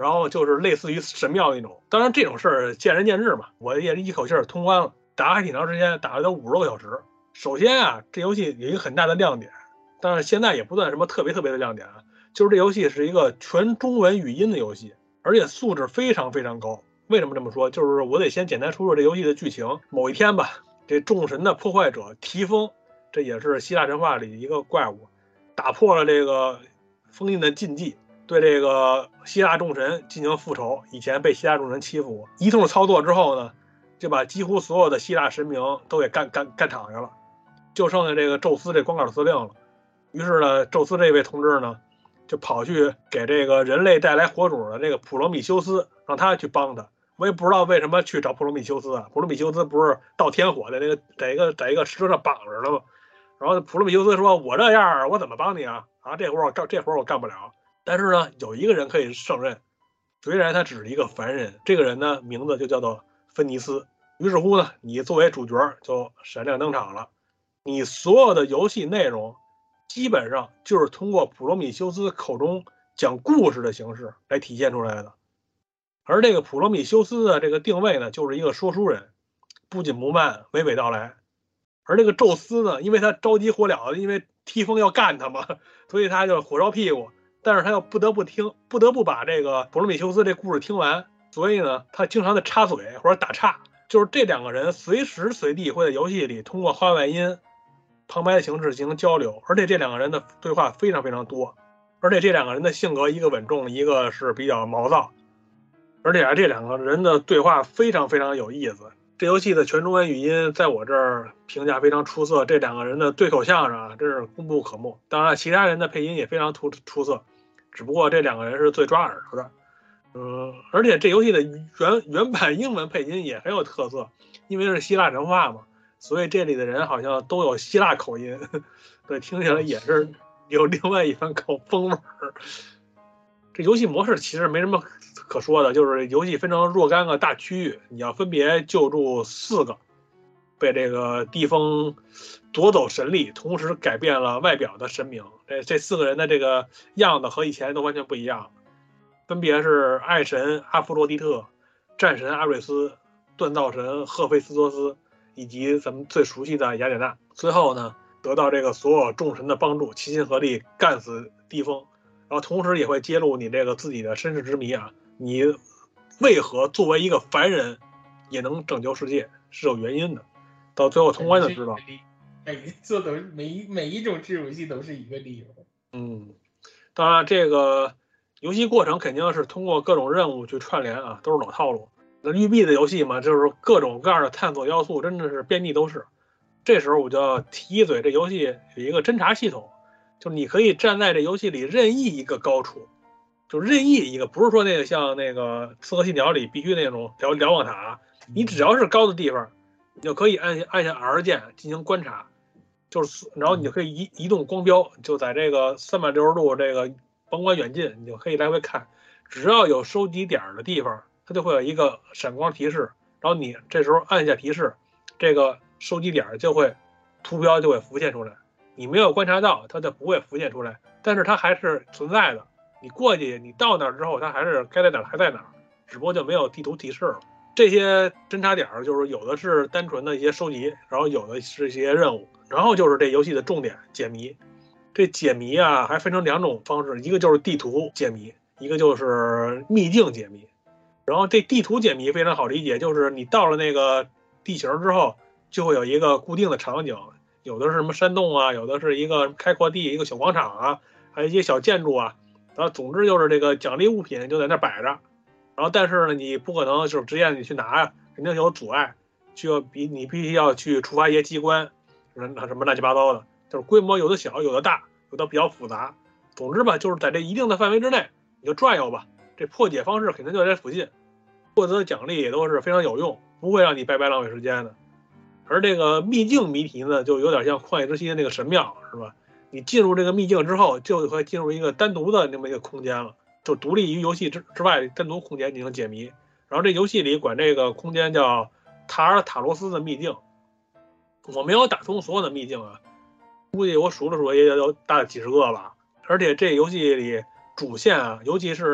然后就是类似于神庙那种。当然这种事儿见仁见智嘛，我也一口气儿通关了，打还挺长时间，打了有五十多个小时。首先啊，这游戏有一个很大的亮点，但是现在也不算什么特别特别的亮点啊，就是这游戏是一个全中文语音的游戏，而且素质非常非常高。为什么这么说？就是我得先简单说说这游戏的剧情。某一天吧，这众神的破坏者提丰，这也是希腊神话里一个怪物，打破了这个封印的禁忌，对这个希腊众神进行复仇。以前被希腊众神欺负过，一通操作之后呢，就把几乎所有的希腊神明都给干干干场去了，就剩下这个宙斯这光杆司令了。于是呢，宙斯这位同志呢，就跑去给这个人类带来火种的这个普罗米修斯，让他去帮他。我也不知道为什么去找普罗米修斯啊，普罗米修斯不是盗天火的那个在一个在一个石头上绑着的吗？然后普罗米修斯说：“我这样我怎么帮你啊？啊，这活我干这活我干不了。”但是呢，有一个人可以胜任，虽然他只是一个凡人，这个人呢名字就叫做芬尼斯。于是乎呢，你作为主角就闪亮登场了。你所有的游戏内容基本上就是通过普罗米修斯口中讲故事的形式来体现出来的。而这个普罗米修斯的这个定位呢，就是一个说书人，不紧不慢，娓娓道来。而这个宙斯呢，因为他着急火燎，因为提丰要干他嘛，所以他就火烧屁股，但是他又不得不听，不得不把这个普罗米修斯这故事听完，所以呢，他经常的插嘴或者打岔。就是这两个人随时随地会在游戏里通过话外音、旁白的形式进行交流，而且这两个人的对话非常非常多，而且这两个人的性格一个稳重，一个是比较毛躁。而且啊，这两个人的对话非常非常有意思。这游戏的全中文语音在我这儿评价非常出色，这两个人的对口相声啊，真是功不可没。当然，其他人的配音也非常出出色，只不过这两个人是最抓耳朵的。嗯，而且这游戏的原原版英文配音也很有特色，因为是希腊神话嘛，所以这里的人好像都有希腊口音，对，听起来也是有另外一番口风味儿。这游戏模式其实没什么可说的，就是游戏分成若干个大区域，你要分别救助四个被这个地风夺走神力，同时改变了外表的神明。这这四个人的这个样子和以前都完全不一样，分别是爱神阿弗罗狄特、战神阿瑞斯、锻造神赫菲斯托斯以及咱们最熟悉的雅典娜。最后呢，得到这个所有众神的帮助，齐心合力干死地风。然后同时也会揭露你这个自己的身世之谜啊，你为何作为一个凡人也能拯救世界是有原因的，到最后通关就知道。 每一座都是每一每一种制游戏都是一个理由。 嗯，当然这个游戏过程肯定是通过各种任务去串联啊，都是老套路。那育碧的游戏嘛，就是各种各样的探索要素真的是遍地都是。这时候我就要提一嘴，这游戏有一个侦查系统。就是你可以站在这游戏里任意一个高处，就任意一个，不是说那个像那个刺客信条里必须那种瞭瞭望塔，你只要是高的地方，你就可以按下按下 R 键进行观察，就是然后你就可以移移动光标，就在这个三百六十度这个甭管远近，你就可以来回看，只要有收集点的地方，它就会有一个闪光提示，然后你这时候按下提示，这个收集点就会图标就会浮现出来。你没有观察到，它就不会浮现出来，但是它还是存在的。你过去，你到那儿之后，它还是该在哪儿还在哪儿，只不过就没有地图提示了。这些侦察点就是有的是单纯的一些收集，然后有的是一些任务，然后就是这游戏的重点解谜。这解谜啊，还分成两种方式，一个就是地图解谜，一个就是秘境解谜。然后这地图解谜非常好理解，就是你到了那个地形之后，就会有一个固定的场景。有的是什么山洞啊，有的是一个开阔地，一个小广场啊，还有一些小建筑啊，然后总之就是这个奖励物品就在那摆着，然后但是呢，你不可能就是直接你去拿呀，肯定有阻碍，需要比你必须要去触发一些机关，什么乱七八糟的，就是规模有的小，有的大，有的比较复杂。总之吧，就是在这一定的范围之内，你就转悠吧。这破解方式肯定就在附近，获得的奖励也都是非常有用，不会让你白白浪费时间的。而这个秘境谜题呢，就有点像旷野之息的那个神庙，是吧？你进入这个秘境之后，就会进入一个单独的那么一个空间了，就独立于游戏之之外单独空间进行解谜。然后这游戏里管这个空间叫塔尔塔罗斯的秘境。我没有打通所有的秘境啊，估计我数了数也有大几十个吧。而且这游戏里主线啊，尤其是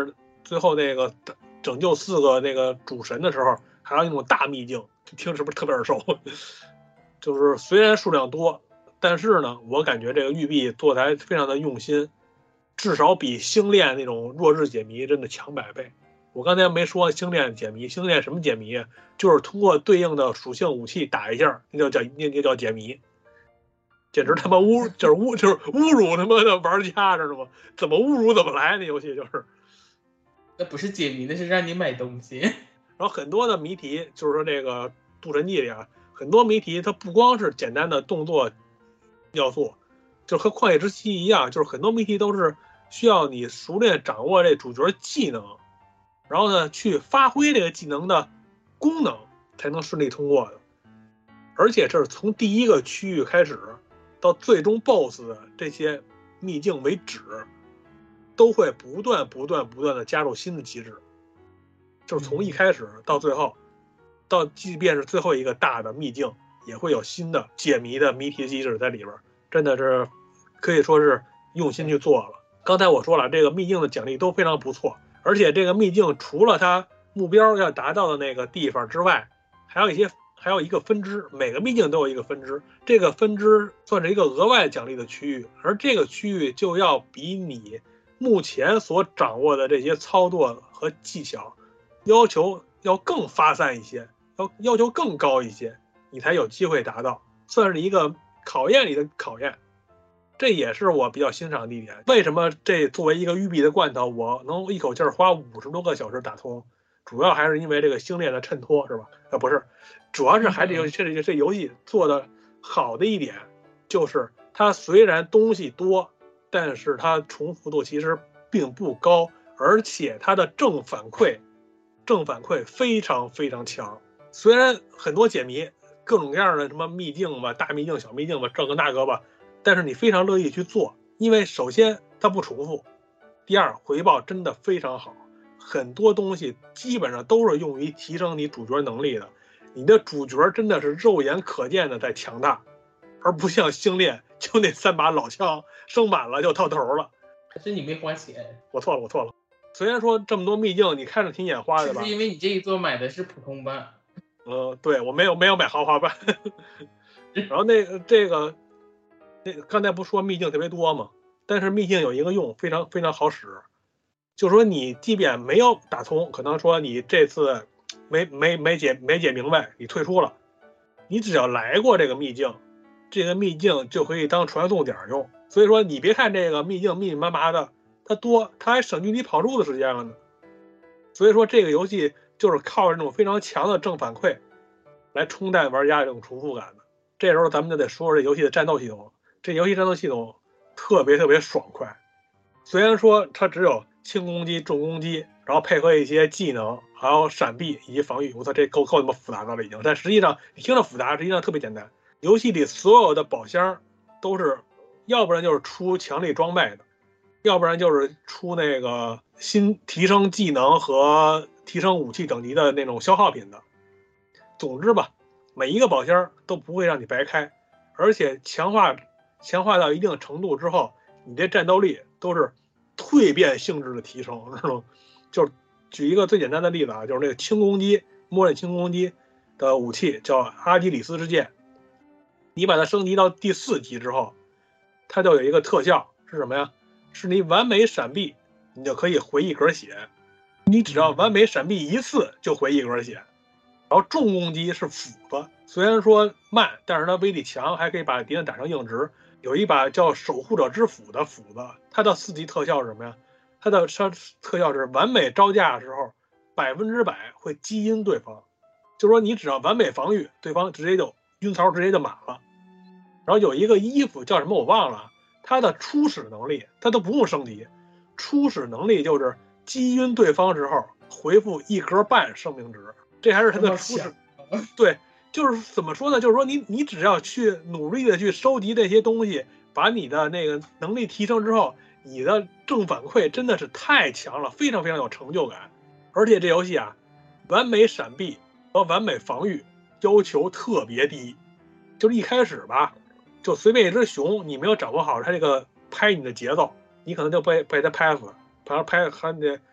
最后那个拯救四个那个主神的时候，还有那种大秘境，听是不是特别耳熟？就是虽然数量多，但是呢，我感觉这个育碧做的还非常的用心，至少比星链那种弱智解谜真的强百倍。我刚才没说星链解谜，星链什么解谜？就是通过对应的属性武器打一下，那叫叫那那叫解谜，简直他妈侮就是侮就是侮辱他妈的玩家，知道吗？怎么侮辱怎么来，那游戏就是。 那不是解谜，那是让你买东西。 然后很多的谜题，就是说这个《渡神记》里啊，很多谜题它不光是简单的动作要素，就和旷野之息一样，就是很多谜题都是需要你熟练掌握这主角技能，然后呢去发挥这个技能的功能，才能顺利通过的。而且这是从第一个区域开始到最终 B O S S 的这些秘境为止，都会不断不断不断的加入新的机制，就是从一开始到最后，到即便是最后一个大的秘境，也会有新的解谜的谜题机制在里边，真的是可以说是用心去做了。刚才我说了，这个秘境的奖励都非常不错，而且这个秘境除了它目标要达到的那个地方之外，还有一些还有一个分支，每个秘境都有一个分支，这个分支算是一个额外奖励的区域，而这个区域就要比你目前所掌握的这些操作和技巧要求要更发散一些，要要求更高一些，你才有机会达到，算是一个考验里的考验。这也是我比较欣赏的一点。为什么这作为一个育碧的罐头，我能一口气花五十多个小时打通？主要还是因为这个星链的衬托，是吧？啊，不是，主要是还是这这这游戏做的好的一点，就是它虽然东西多，但是它重复度其实并不高，而且它的正反馈，正反馈非常非常强。虽然很多解谜，各种各样的什么秘境吧、大秘境、小秘境吧，这个那个吧，但是你非常乐意去做，因为首先它不重复，第二回报真的非常好。很多东西基本上都是用于提升你主角能力的，你的主角真的是肉眼可见的在强大，而不像星链就那三把老枪升满了就到头了。 可是你没花钱。我错了，我错了。虽然说这么多秘境你看着挺眼花的吧， 是因为你这一座买的是普通版。 呃，对，我没有没有买豪华版。然后那个这个那个刚才不说秘境特别多吗？但是秘境有一个用非常非常好使。就是说你即便没有打通，可能说你这次没没没解没解明白，你退出了，你只要来过这个秘境，这个秘境就可以当传送点用。所以说你别看这个秘境密密麻麻的，它多，它还省去你跑路的时间了呢。所以说这个游戏就是靠这种非常强的正反馈来冲淡玩家这种重复感的。这时候咱们就得说说这游戏的战斗系统，这游戏战斗系统特别特别爽快，虽然说它只有轻攻击、重攻击，然后配合一些技能，还有闪避以及防御。我操，这够够他妈复杂的了已经。但实际上，你听着复杂，实际上特别简单。游戏里所有的宝箱都是，要不然就是出强力装备的，要不然就是出那个新提升技能和提升武器等级的那种消耗品的。总之吧，每一个宝箱都不会让你白开，而且强化强化到一定程度之后，你这战斗力都是蜕变性质的提升，知道吗？就是举一个最简单的例子啊，就是那个轻攻击，默认轻攻击的武器叫阿基里斯之剑，你把它升级到第四级之后，它就有一个特效是什么呀？是你完美闪避，你就可以回一格血，你只要完美闪避一次就回一格血。然后重攻击是斧子，虽然说慢，但是它威力强，还可以把敌人打成硬直。有一把叫守护者之斧的斧子，它的四级特效是什么呀？它的特效是完美招架的时候，百分之百会击晕对方，就是说你只要完美防御，对方直接就晕槽，直接就满了。然后有一个衣服叫什么我忘了，它的初始能力它都不用升级，初始能力就是击晕对方之后回复一格半生命值，这还是它的初始。对。就是怎么说呢？就是说你你只要去努力的去收集这些东西，把你的那个能力提升之后，你的正反馈真的是太强了，非常非常有成就感。而且这游戏啊，完美闪避和完美防御要求特别低，就是一开始吧，就随便一只熊，你没有掌握好它这个拍你的节奏，你可能就被被它拍死了，然后拍还得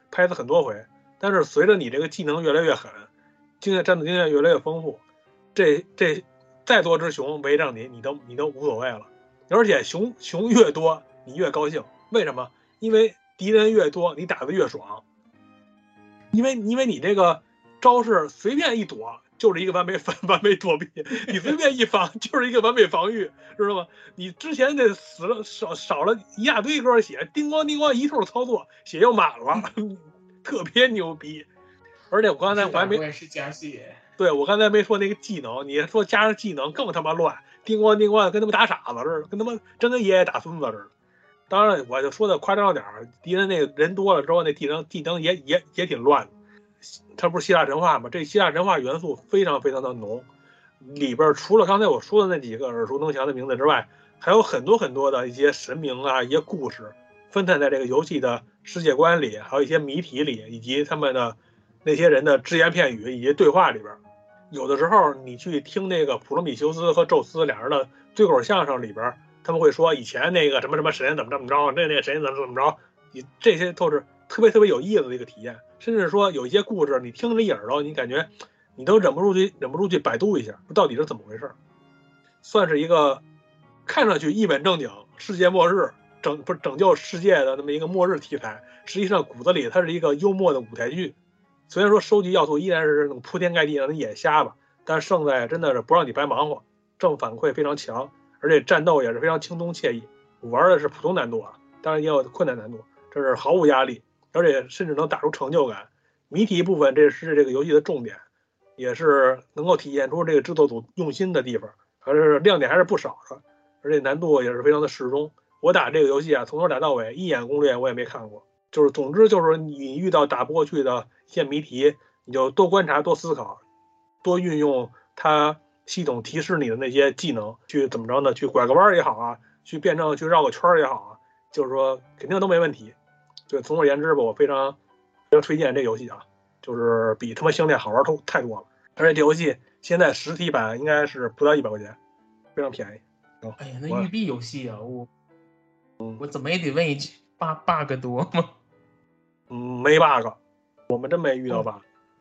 拍死很多回。但是随着你这个技能越来越狠，经验战斗经验越来越丰富，这这再多只熊围着你，你都你都无所谓了。而且熊熊越多，你越高兴。为什么？因为敌人越多，你打得越爽。因为因为你这个招式随便一躲就是一个完美反完美躲避，你随便一防就是一个完美防御，知道吗？你之前那死了少少了一大堆根血，叮咣叮咣一通操作，血又满了，特别牛逼。而且我刚才我还没是加血， 对我刚才没说那个技能，你说加上技能更他妈乱，叮咣叮咣跟他妈打傻子似的，跟他妈真跟爷爷打孙子似的。当然我就说的夸张点，敌人那个人多了之后，那技能技能也也也挺乱的。它不是希腊神话吗？这希腊神话元素非常非常的浓，里边除了刚才我说的那几个耳熟能详的名字之外，还有很多很多的一些神明啊，一些故事分散在这个游戏的世界观里，还有一些谜题里，以及他们的那些人的只言片语以及对话里边。有的时候你去听那个普罗米修斯和宙斯两人的对口相声里边，他们会说以前那个什么什么神怎么怎么着，那那个神怎么怎么着，你这些都是特别特别有意思的一个体验。甚至说有一些故事你听着一耳朵，你感觉你都忍不住去忍不住去百度一下到底是怎么回事。算是一个看上去一本正经世界末日拯不是拯救世界的那么一个末日题材，实际上骨子里它是一个幽默的舞台剧。虽然说收集要素依然是那种铺天盖地让你眼瞎吧，但是胜在真的是不让你白忙活，正反馈非常强，而且战斗也是非常轻松惬意。我玩的是普通难度啊，当然也有困难难度，这是毫无压力，而且甚至能打出成就感。谜题部分这是这个游戏的重点，也是能够体现出这个制作组用心的地方，还是亮点还是不少的，而且难度也是非常的适中。我打这个游戏啊，从头打到尾一眼攻略我也没看过，就是总之就是你遇到打不过去的一些谜题，你就多观察多思考，多运用它系统提示你的那些技能去怎么着呢，去拐个弯也好啊，去辩证去绕个圈也好啊，就是说肯定都没问题。对，总而言之吧，我非常非常推荐这个游戏啊，就是比他妈星链好玩都太多了。而且这游戏现在实体版应该是不到一百块钱，非常便宜。 哎呀，那育碧游戏啊，我我怎么也得问一句 ，bug 多吗？ 嗯，没 bug， 我们真没遇到 bug。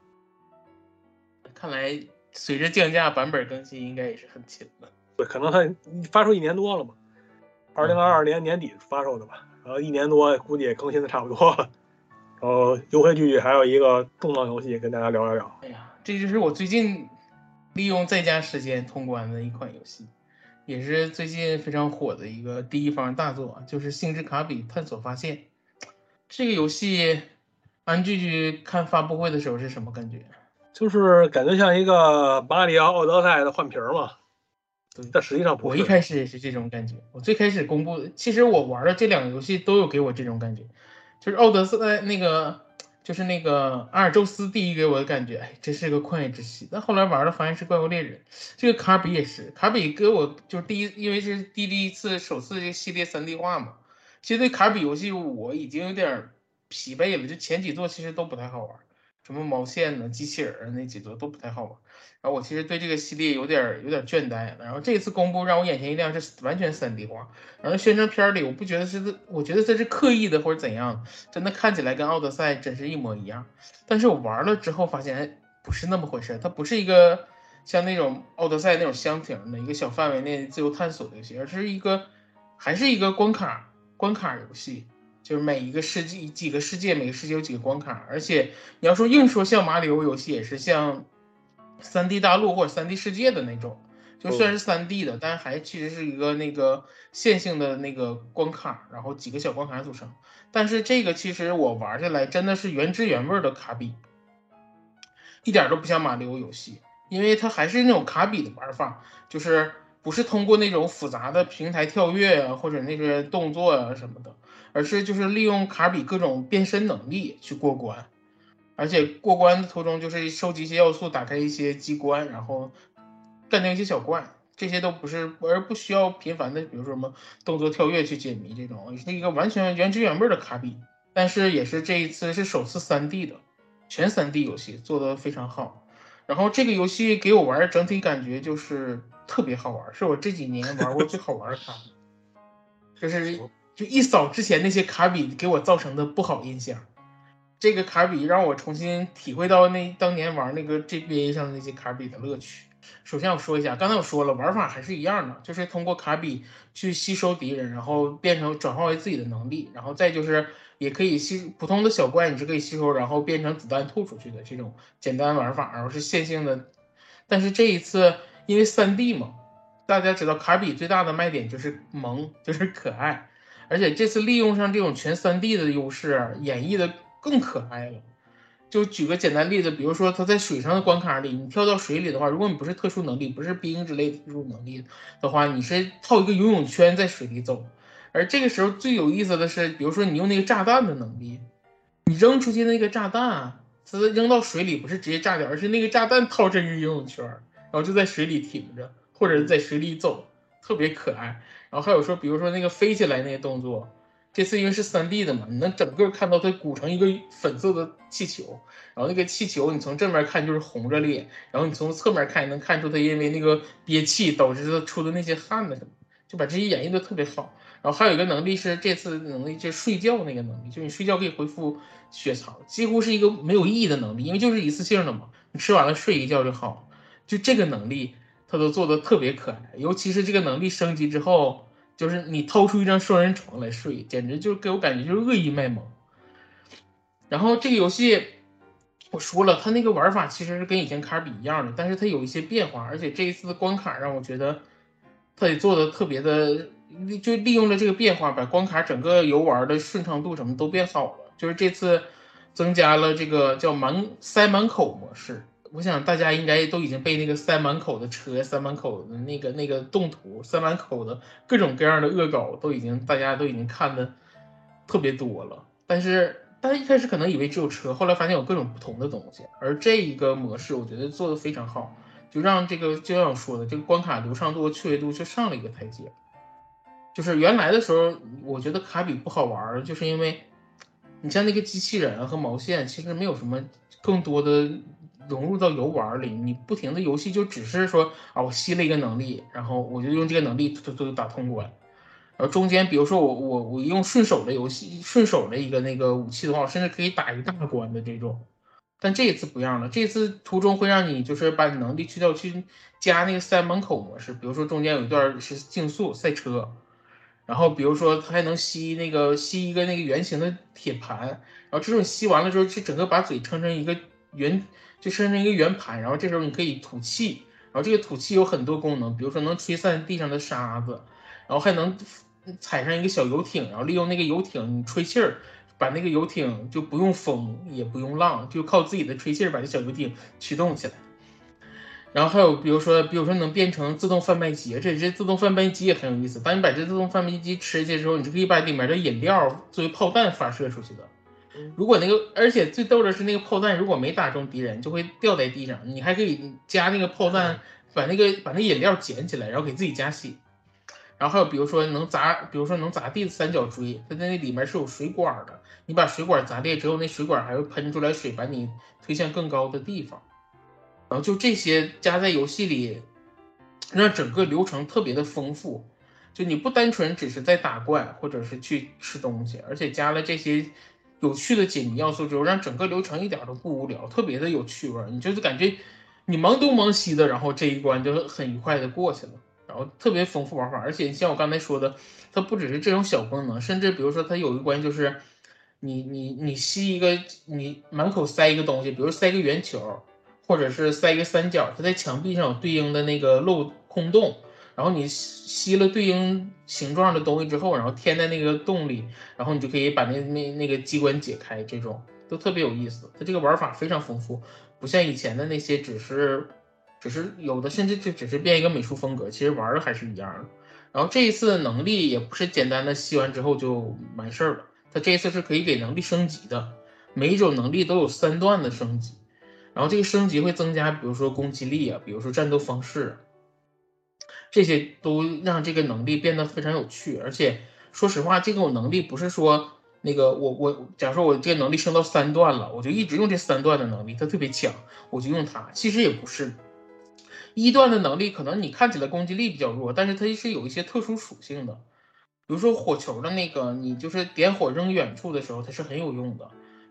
看来随着降价版本更新，应该也是很勤的。 对，可能它发售一年多了嘛，二零二二年年底发售的吧，然后一年多估计也更新的差不多了。然后优惠剧还有一个重磅游戏跟大家聊聊聊。 哎呀，这就是我最近利用在家时间通关的一款游戏，也是最近非常火的一个第一方大作，就是《星之卡比探索发现》。这个游戏，安聚聚看发布会的时候是什么感觉？ 就是感觉像一个马里奥奥德赛的换皮嘛。但实际上不是。 我一开始也是这种感觉。我最开始公布，其实我玩的这两个游戏都有给我这种感觉，就是奥德赛那个，就是那个阿尔宙斯第一给我的感觉，哎，这是个旷野之息。但后来玩了发现是怪物猎人。这个卡比也是，卡比给我就是第一，因为是第一次首次这个系列三 D 化嘛。其实对卡比游戏我已经有点疲惫了，就前几座其实都不太好玩。什么毛线呢、机器人那几座都不太好玩，然后我其实对这个系列有点有点倦怠了。然后这次公布让我眼前一亮，是完全 三 D 化。然后宣传片里我不觉得是，我觉得这是刻意的或者怎样，真的看起来跟奥德赛真是一模一样。但是我玩了之后发现，哎，不是那么回事，它不是一个像那种奥德赛那种箱庭的一个小范围内自由探索的游戏，而是一个还是一个关卡关卡游戏。就是每一个世纪几个世界，每个世界有几个关卡，而且你要说硬说像马里奥游戏，也是像三 D 大陆或者三 D 世界的那种，就虽然是三 D 的，但是还其实是一个那个线性的那个关卡，然后几个小关卡组成。但是这个其实我玩下来真的是原汁原味的卡比，一点都不像马里奥游戏，因为它还是那种卡比的玩法，就是不是通过那种复杂的平台跳跃啊，或者那个动作啊什么的，而是就是利用卡比各种变身能力去过关。而且过关的途中就是收集一些要素，打开一些机关，然后干掉一些小怪，这些都不是，而不需要频繁的比如说什么动作跳跃去解谜，这种也是一个完全原汁原味的卡比。但是也是这一次是首次 三 D 的全 三 D 游戏，做得非常好。然后这个游戏给我玩整体感觉就是特别好玩，是我这几年玩过最好玩的卡比，就是就一扫之前那些卡比给我造成的不好印象。 这个卡比让我重新体会到那当年玩那个 G B A 上的那些卡比的乐趣。首先我说一下，刚才我说了，玩法还是一样的，就是通过卡比去吸收敌人，然后变成转化为自己的能力，然后再就是也可以吸普通的小怪你是可以吸收，然后变成子弹吐出去的这种简单玩法，然后是线性的。但是这一次因为 三 D 嘛，大家知道卡比最大的卖点就是萌，就是可爱，而且这次利用上这种全 三 D 的优势，演绎的更可爱了。就举个简单例子，比如说他在水上的关卡里，你跳到水里的话，如果你不是特殊能力，不是冰之类的特殊能力的话，你是套一个游泳圈在水里走。而这个时候最有意思的是，比如说你用那个炸弹的能力，你扔出去那个炸弹，它扔到水里不是直接炸掉，而是那个炸弹套着一个游泳圈，然后就在水里停着，或者是在水里走，特别可爱。然后还有说，比如说那个飞起来那个动作。这次因为是 三 D 的嘛，你能整个看到它鼓成一个粉色的气球，然后那个气球你从正面看就是红着脸，然后你从侧面看也能看出它因为那个憋气导致它出的那些汗的什么，就把这些演绎的特别好。然后还有一个能力是这次能力就是睡觉那个能力，就是你睡觉可以恢复血槽，几乎是一个没有意义的能力，因为就是一次性的嘛，你吃完了睡一觉就好。就这个能力它都做的特别可爱，尤其是这个能力升级之后。就是你掏出一张双人床来睡，简直就是给我感觉就是恶意卖萌。然后这个游戏我说了，它那个玩法其实是跟以前卡比一样的，但是它有一些变化，而且这一次的关卡让我觉得它也做的特别的，就利用了这个变化，把关卡整个游玩的顺畅度什么都变好了。就是这次增加了这个叫满塞满口模式。我想大家应该都已经被那个塞满口的车、塞满口的那个那个动图、塞满口的各种各样的恶搞都已经大家都已经看的特别多了。但是大家一开始可能以为只有车，后来发现有各种不同的东西。而这一个模式我觉得做的非常好，就让这个就像我说的，这个关卡流畅度和趣味度就上了一个台阶。就是原来的时候，我觉得卡比不好玩，就是因为你像那个机器人和毛线，其实没有什么更多的。融入到游玩里，你不停的游戏就只是说啊，我吸了一个能力，然后我就用这个能力突突突打通关。然后中间，比如说我我我用顺手的游戏，顺手的一个那个武器的话，我甚至可以打一大关的这种。但这一次不一样了，这次途中会让你就是把你能力去掉，去加那个塞门口模式。比如说中间有一段是竞速赛车，然后比如说它还能吸那个吸一个那个圆形的铁盘，然后这种吸完了之后，就整个把嘴撑成一个圆。就生成一个圆盘，然后这时候你可以吐气，然后这个吐气有很多功能，比如说能吹散地上的沙子，然后还能踩上一个小游艇，然后利用那个游艇你吹气儿，把那个游艇就不用风也不用浪，就靠自己的吹气儿把这小游艇驱动起来。然后还有比如说比如说能变成自动贩卖机，这这自动贩卖机也很有意思，当你把这自动贩卖机吃下去之后，你就可以把里面的饮料作为炮弹发射出去的。如果那个，而且最逗的是那个炮弹如果没打中敌人，就会掉在地上。你还可以加那个炮弹，把那个把那饮料捡起来，然后给自己加血。然后还有比如说能砸，比如说能砸地的三角锥，它在那里面是有水管的，你把水管砸裂之后，那水管还会喷出来水，把你推向更高的地方。然后就这些加在游戏里，让整个流程特别的丰富。就你不单纯只是在打怪或者是去吃东西，而且加了这些有趣的解谜要素之后，让整个流程一点都不无聊，特别的有趣味。你就是感觉你忙东忙西的，然后这一关就很愉快的过去了，然后特别丰富玩法。而且像我刚才说的，它不只是这种小功能，甚至比如说它有一关就是你你你吸一个，你满口塞一个东西，比如塞个圆球，或者是塞一个三角，它在墙壁上有对应的那个漏空洞。然后你吸了对应形状的东西之后，然后填在那个洞里，然后你就可以把那那那个机关解开，这种都特别有意思。它这个玩法非常丰富，不像以前的那些只是只是有的甚至就只是变一个美术风格，其实玩的还是一样的。然后这一次的能力也不是简单的吸完之后就完事儿了，它这一次是可以给能力升级的，每一种能力都有三段的升级，然后这个升级会增加，比如说攻击力啊，比如说战斗方式。这些都让这个能力变得非常有趣，而且说实话，这种能力不是说那个我我假如说我这个能力升到三段了，我就一直用这三段的能力，它特别强，我就用它。其实也不是，一段的能力可能你看起来攻击力比较弱，但是它是有一些特殊属性的，比如说火球的那个，你就是点火扔远处的时候，它是很有用的。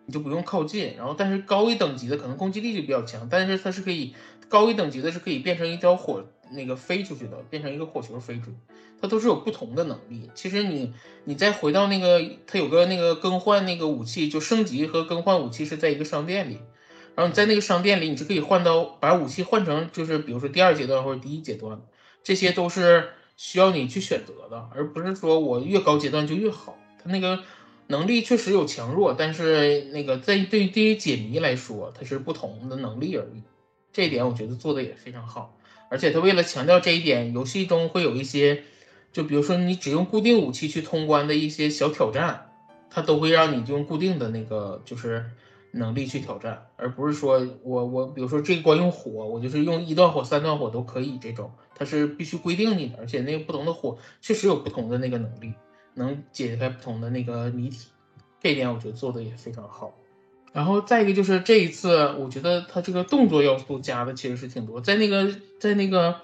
你就不用靠近。然后但是高一等级的可能攻击力就比较强，但是它是可以高一等级的是可以变成一条火那个飞出去的，变成一个火球飞出去，它都是有不同的能力。其实你你再回到那个它有个那个更换那个武器，就升级和更换武器是在一个商店里。然后你在那个商店里，你是可以换到把武器换成，就是比如说第二阶段或者第一阶段，这些都是需要你去选择的，而不是说我越高阶段就越好。它那个能力确实有强弱，但是那个在对对于解谜来说，它是不同的能力而已。这一点我觉得做的也非常好，而且它为了强调这一点，游戏中会有一些，就比如说你只用固定武器去通关的一些小挑战，它都会让你用固定的那个就是能力去挑战，而不是说我我比如说这一关用火，我就是用一段火三段火都可以，这种它是必须规定你的，而且那个不同的火确实有不同的那个能力，能解开不同的那个谜题，这一点我觉得做的也非常好。然后再一个就是这一次，我觉得它这个动作要素加的其实是挺多，在那个在那个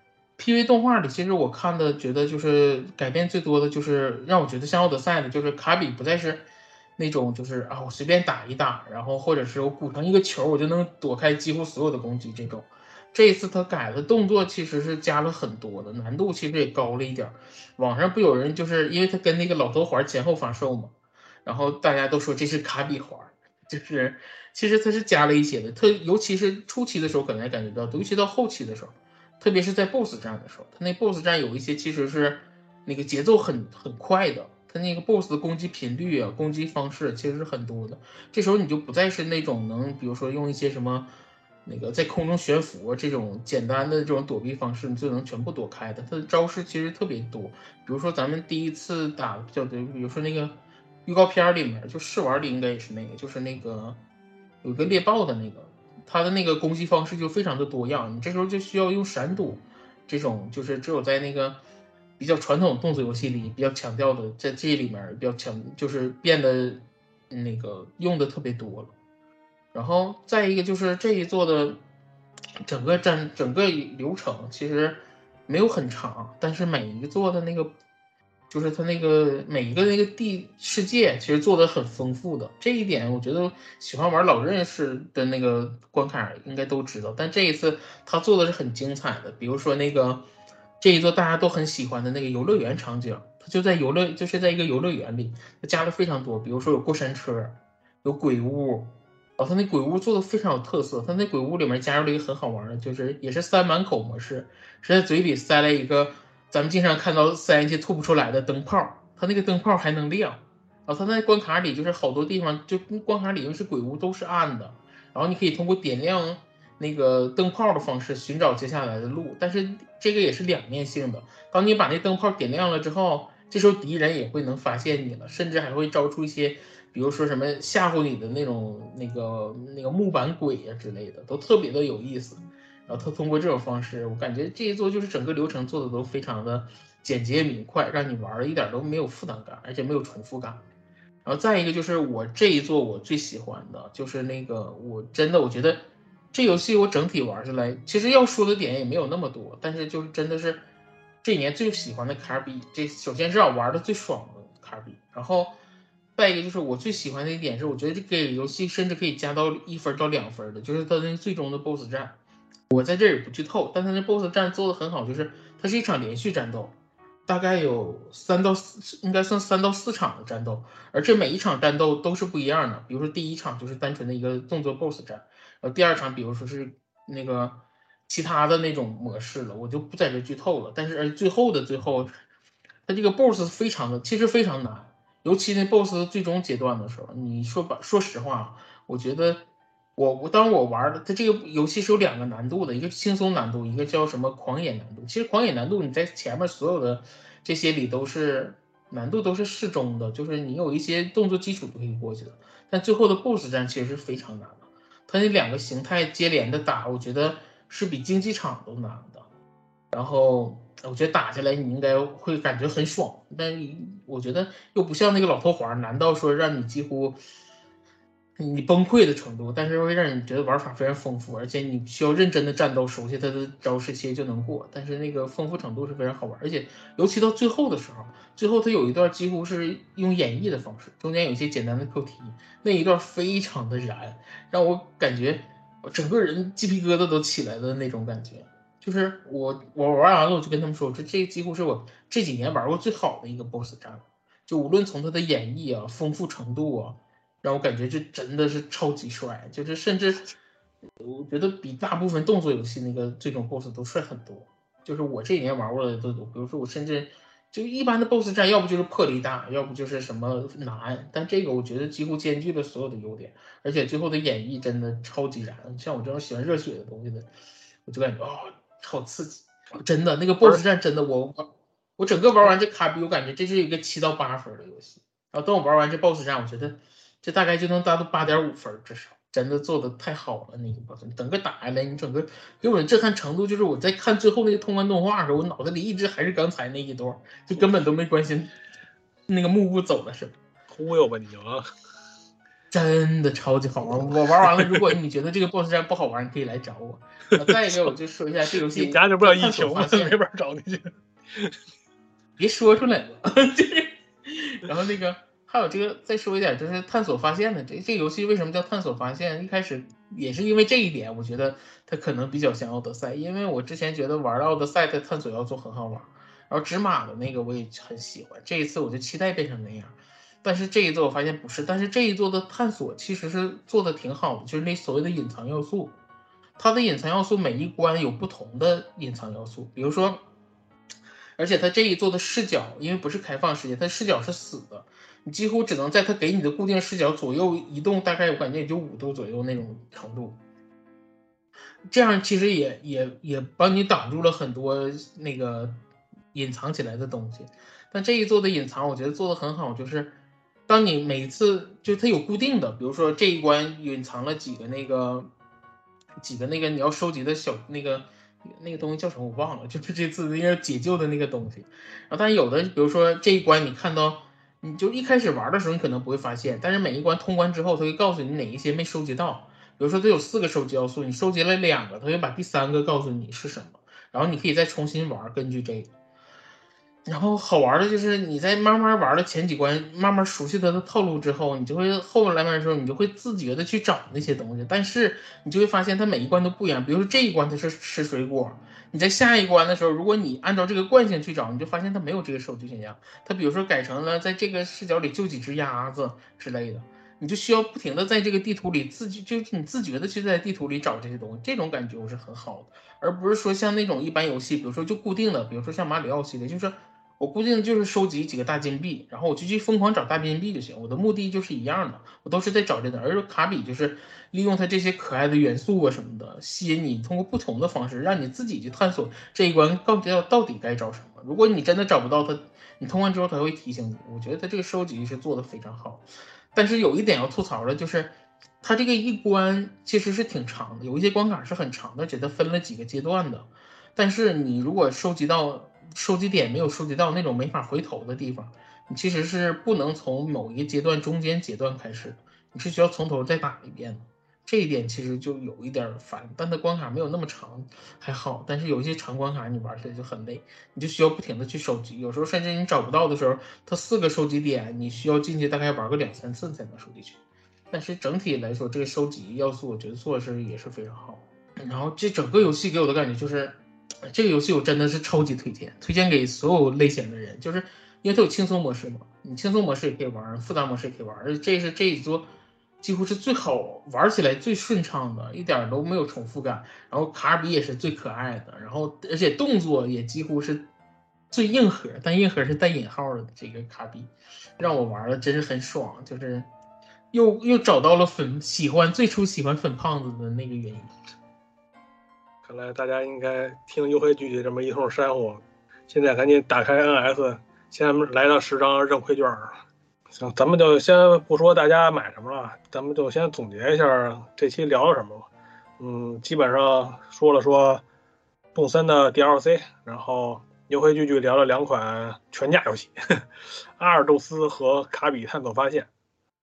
P V 动画里，其实我看的觉得就是改变最多的就是让我觉得像奥德赛的，就是卡比不再是那种就是啊我随便打一打，然后或者是我鼓成一个球我就能躲开几乎所有的攻击这种。这一次他改的动作其实是加了很多的，难度其实也高了一点。网上不有人就是因为他跟那个老头环前后发售嘛，然后大家都说这是卡比环。就是其实它是加了一些的，特尤其是初期的时候可能还感觉到，尤其到后期的时候，特别是在 B O S S 战的时候，它那 B O S S 战有一些其实是那个节奏很很快的，它那个 B O S S 的攻击频率啊、攻击方式其实是很多的。这时候你就不再是那种能，比如说用一些什么那个在空中悬浮啊这种简单的这种躲避方式，你就能全部躲开的。它的招式其实特别多，比如说咱们第一次打叫对，比如说那个。预告片里面就试玩里应该也是那个，就是那个有个猎豹的那个，他的那个攻击方式就非常的多样，你这时候就需要用闪躲，这种就是只有在那个比较传统动作游戏里比较强调的，在这里面比较强，就是变得那个用的特别多了。然后再一个就是这一座的整个战整个流程其实没有很长，但是每一座的那个。就是它那个每一个那个地世界其实做的很丰富的，这一点我觉得喜欢玩老任式的那个关卡应该都知道。但这一次他做的是很精彩的，比如说那个这一座大家都很喜欢的那个游乐园场景，它就在游乐就是在一个游乐园里，它加了非常多，比如说有过山车，有鬼屋。哦，它那鬼屋做的非常有特色，它那鬼屋里面加入了一个很好玩的，就是也是塞满口模式，是在嘴里塞了一个咱们经常看到塞进去吐不出来的灯泡，它那个灯泡还能亮。然后它在关卡里就是好多地方，就关卡里又是鬼屋都是暗的，然后你可以通过点亮那个灯泡的方式寻找接下来的路，但是这个也是两面性的。当你把那灯泡点亮了之后，这时候敌人也会能发现你了，甚至还会招出一些。比如说什么吓唬你的那种那个那个木板鬼啊之类的，都特别的有意思。然后他通过这种方式，我感觉这一座就是整个流程做的都非常的简洁明快，让你玩的一点都没有负担感，而且没有重复感。然后再一个就是我这一座我最喜欢的就是那个，我真的我觉得这游戏我整体玩下来，其实要说的点也没有那么多，但是就是真的是这一年最喜欢的卡比。这首先是让我玩的最爽的卡比，然后。再一个就是我最喜欢的一点是，我觉得这个游戏甚至可以加到一分到两分的，就是它那最终的 B O S S 战。我在这儿也不剧透，但它那 B O S S 战做的很好，就是它是一场连续战斗，大概有三到四，应该算三到四场的战斗，而这每一场战斗都是不一样的。比如说第一场就是单纯的一个动作 B O S S 战，然后第二场比如说是那个其他的那种模式了，我就不在这剧透了。但是而最后的最后，它这个 B O S S 非常的，其实非常难。尤其那 B O S S 最终阶段的时候，你说吧，说实话，我觉得我我当我玩的，它这个游戏是有两个难度的，一个轻松难度，一个叫什么狂野难度。其实狂野难度你在前面所有的这些里都是难度都是适中的，就是你有一些动作基础就可以过去的。但最后的 B O S S 战其实是非常难的，它那两个形态接连的打，我觉得是比竞技场都难的。然后我觉得打下来你应该会感觉很爽，但我觉得又不像那个老头环难到说让你几乎你崩溃的程度，但是会让你觉得玩法非常丰富，而且你需要认真的战斗，熟悉它的招式其实就能过。但是那个丰富程度是非常好玩，而且尤其到最后的时候，最后它有一段几乎是用演绎的方式，中间有一些简单的扣题，那一段非常的燃，让我感觉我整个人鸡皮疙瘩都起来的那种感觉。就是我我玩完了，我就跟他们说，这这几乎是我这几年玩过最好的一个 B O S S 战，就无论从它的演绎啊、丰富程度啊。让我感觉这真的是超级帅，就是甚至我觉得比大部分动作游戏那个最终 B O S S 都帅很多。就是我这几年玩过的都多，比如说我甚至就一般的 B O S S 战，要不就是魄力大，要不就是什么难，但这个我觉得几乎兼具了所有的优点，而且最后的演绎真的超级燃。像我这种喜欢热血的东西的，我就感觉哦，超刺激，真的那个 B O S S 战真的我我整个玩完这卡比，我感觉这是一个七到八分的游戏。然后等我玩完这 B O S S 战，我觉得。这大概就能达到八点五分，至少真的做的太好了。那个 boss， 整个打下来，你整个给我的震撼程度，就是我在看最后那个通关动画的时候，我脑子里一直还是刚才那一段，就根本都没关心那个幕布走了什么。 忽悠吧你啊！ 真的超级好玩，我玩完了。如果你觉得这个 boss 战不好玩，你可以来找我。再一个，我就说一下这游戏， 你家这不叫疫情吗？没法找你去， 别说出来了。然后那个。还有这个，再说一点，就是探索发现的这这个游戏为什么叫探索发现？一开始也是因为这一点，我觉得它可能比较像奥德赛，因为我之前觉得玩奥德赛的探索要素很好玩，然后纸马的那个我也很喜欢，这一次我就期待变成那样。但是这一座我发现不是，但是这一座的探索其实是做的挺好的，就是那所谓的隐藏要素，它的隐藏要素每一关有不同的隐藏要素，比如说，而且它这一座的视角，因为不是开放世界，它视角是死的。你几乎只能在它给你的固定视角左右移动，大概我感觉也就五度左右那种程度。这样其实也也也帮你挡住了很多那个隐藏起来的东西。但这一座的隐藏，我觉得做的很好，就是当你每次就它有固定的，比如说这一关隐藏了几个那个几个那个你要收集的小那个那个东西叫什么我忘了，就是这次那个解救的那个东西。然后但有的比如说这一关你看到。你就一开始玩的时候，你可能不会发现，但是每一关通关之后，它会告诉你哪一些没收集到。比如说，它有四个收集要素，你收集了两个，它会把第三个告诉你是什么，然后你可以再重新玩，根据这个。然后好玩的就是你在慢慢玩了前几关，慢慢熟悉它的套路之后，你就会后面来面的时候，你就会自觉的去找那些东西，但是你就会发现它每一关都不一样。比如说这一关它是吃水果。你在下一关的时候，如果你按照这个惯性去找，你就发现它没有这个收集选项。它比如说改成了在这个视角里救几只鸭子之类的，你就需要不停的在这个地图里自就是你自觉的去在地图里找这些东西，这种感觉我是很好的，而不是说像那种一般游戏，比如说就固定的，比如说像马里奥系列，就是我固定就是收集几个大金币，然后我就去疯狂找大金币就行，我的目的就是一样的，我都是在找这个。而卡比就是利用它这些可爱的元素啊什么的，吸引你通过不同的方式，让你自己去探索这一关到底要到底该找什么。如果你真的找不到它，你通关之后它会提醒你。我觉得它这个收集是做的非常好，但是有一点要吐槽的就是，它这个一关其实是挺长的，有一些关卡是很长的，而且它分了几个阶段的。但是你如果收集到收集点没有收集到那种没法回头的地方，你其实是不能从某一个阶段中间阶段开始，你是需要从头再打一遍的。这一点其实就有一点烦，但它关卡没有那么长，还好。但是有一些长关卡你玩起来就很累，你就需要不停的去收集，有时候甚至你找不到的时候，它四个收集点你需要进去大概玩个两三次才能收集去。但是整体来说，这个收集要素我觉得做的是也是非常好。然后这整个游戏给我的感觉就是。这个游戏我真的是超级推荐，推荐给所有类型的人，就是因为它有轻松模式嘛，你轻松模式也可以玩，复杂模式也可以玩，而且这是这一座几乎是最好玩起来最顺畅的，一点都没有重复感。然后卡尔比也是最可爱的，然后而且动作也几乎是最硬核，但硬核是带引号的这个卡比，让我玩的真是很爽，就是又又找到了粉喜欢最初喜欢粉胖子的那个原因。 看来大家应该听优惠剧的这么一通煽乎，现在赶紧打开 N S， 先来到十张扔亏券。行，咱们就先不说大家买什么了，咱们就先总结一下这期聊了什么。嗯，基本上说了说动森的 D L C， 然后优惠剧剧聊了两款全价游戏，阿尔宙斯和卡比探索发现。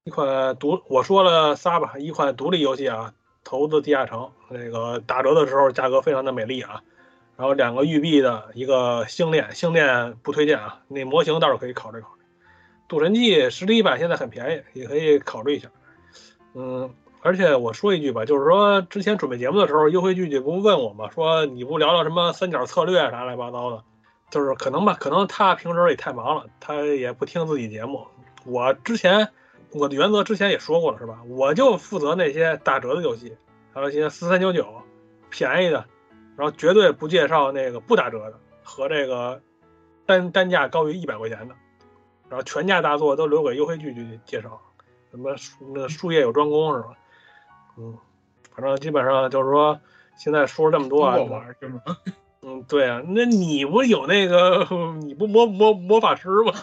一款独我说了仨吧，一款独立游戏啊，投资地下城，那个打折的时候价格非常的美丽啊。然后两个育碧的一个星链，星链不推荐啊，那模型倒是可以考虑考虑。赌神记实体版现在很便宜，也可以考虑一下。嗯，而且我说一句吧，就是说之前准备节目的时候，优惠剧就不问我嘛，说你不聊聊什么三角策略啥乱七八糟的，就是可能吧，可能他平时也太忙了，他也不听自己节目。我之前我的原则之前也说过了是吧？我就负责那些打折的游戏，还有一些四三九九便宜的，然后绝对不介绍那个不打折的和这个单单价高于一百块钱的，然后全价大作都留给优惠剧去介绍。什么那术业有专攻是吧？嗯，反正基本上就是说，现在说了这么多啊， 玩是吗？ 嗯，对啊，那你不有那个，你不魔魔魔法师吗？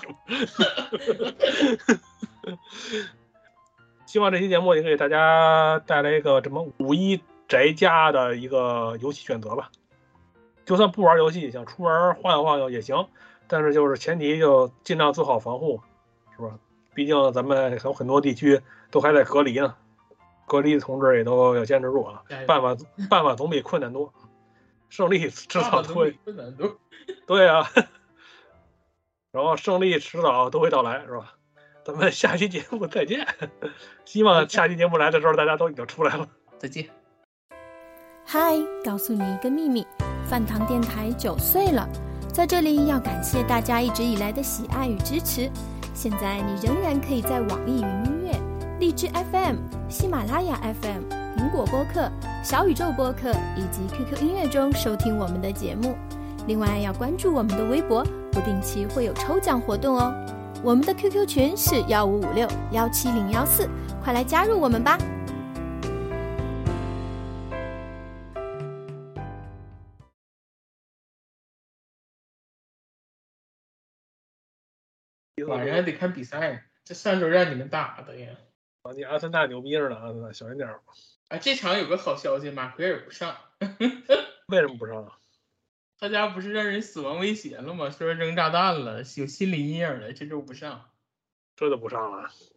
希望这期节目也给大家带来一个什么五一宅家的一个游戏选择吧。就算不玩游戏，想出门晃悠晃悠也行，但是就是前提就尽量做好防护，是吧？毕竟咱们有很多地区都还在隔离呢，隔离的同志也都要坚持住啊。办法办法总比困难多，胜利迟早都会困难多。 对啊，然后胜利迟早都会到来，是吧？咱们下期节目再见。希望下期节目来的时候，大家都已经出来了。 再见。 嗨，告诉你一个秘密，饭堂电台九岁了，在这里要感谢大家一直以来的喜爱与支持。现在你仍然可以在网易云音乐、荔枝 F M、喜马拉雅 F M、苹果播客、小宇宙播客以及 Q Q 音乐中收听我们的节目。另外要关注我们的微博，不定期会有抽奖活动哦。我们的 Q Q 群是幺五五六幺七零幺四，快来加入我们吧！ 晚上还得看比赛，这上周让你们打的呀！ 你阿森纳牛逼着呢，阿森纳小心点儿。 啊，这场有个好消息，马奎尔不上。 为什么不上啊？ 他家不是让人死亡威胁了吗？说扔炸弹了，有心理阴影了，这周不上。 这就不上了。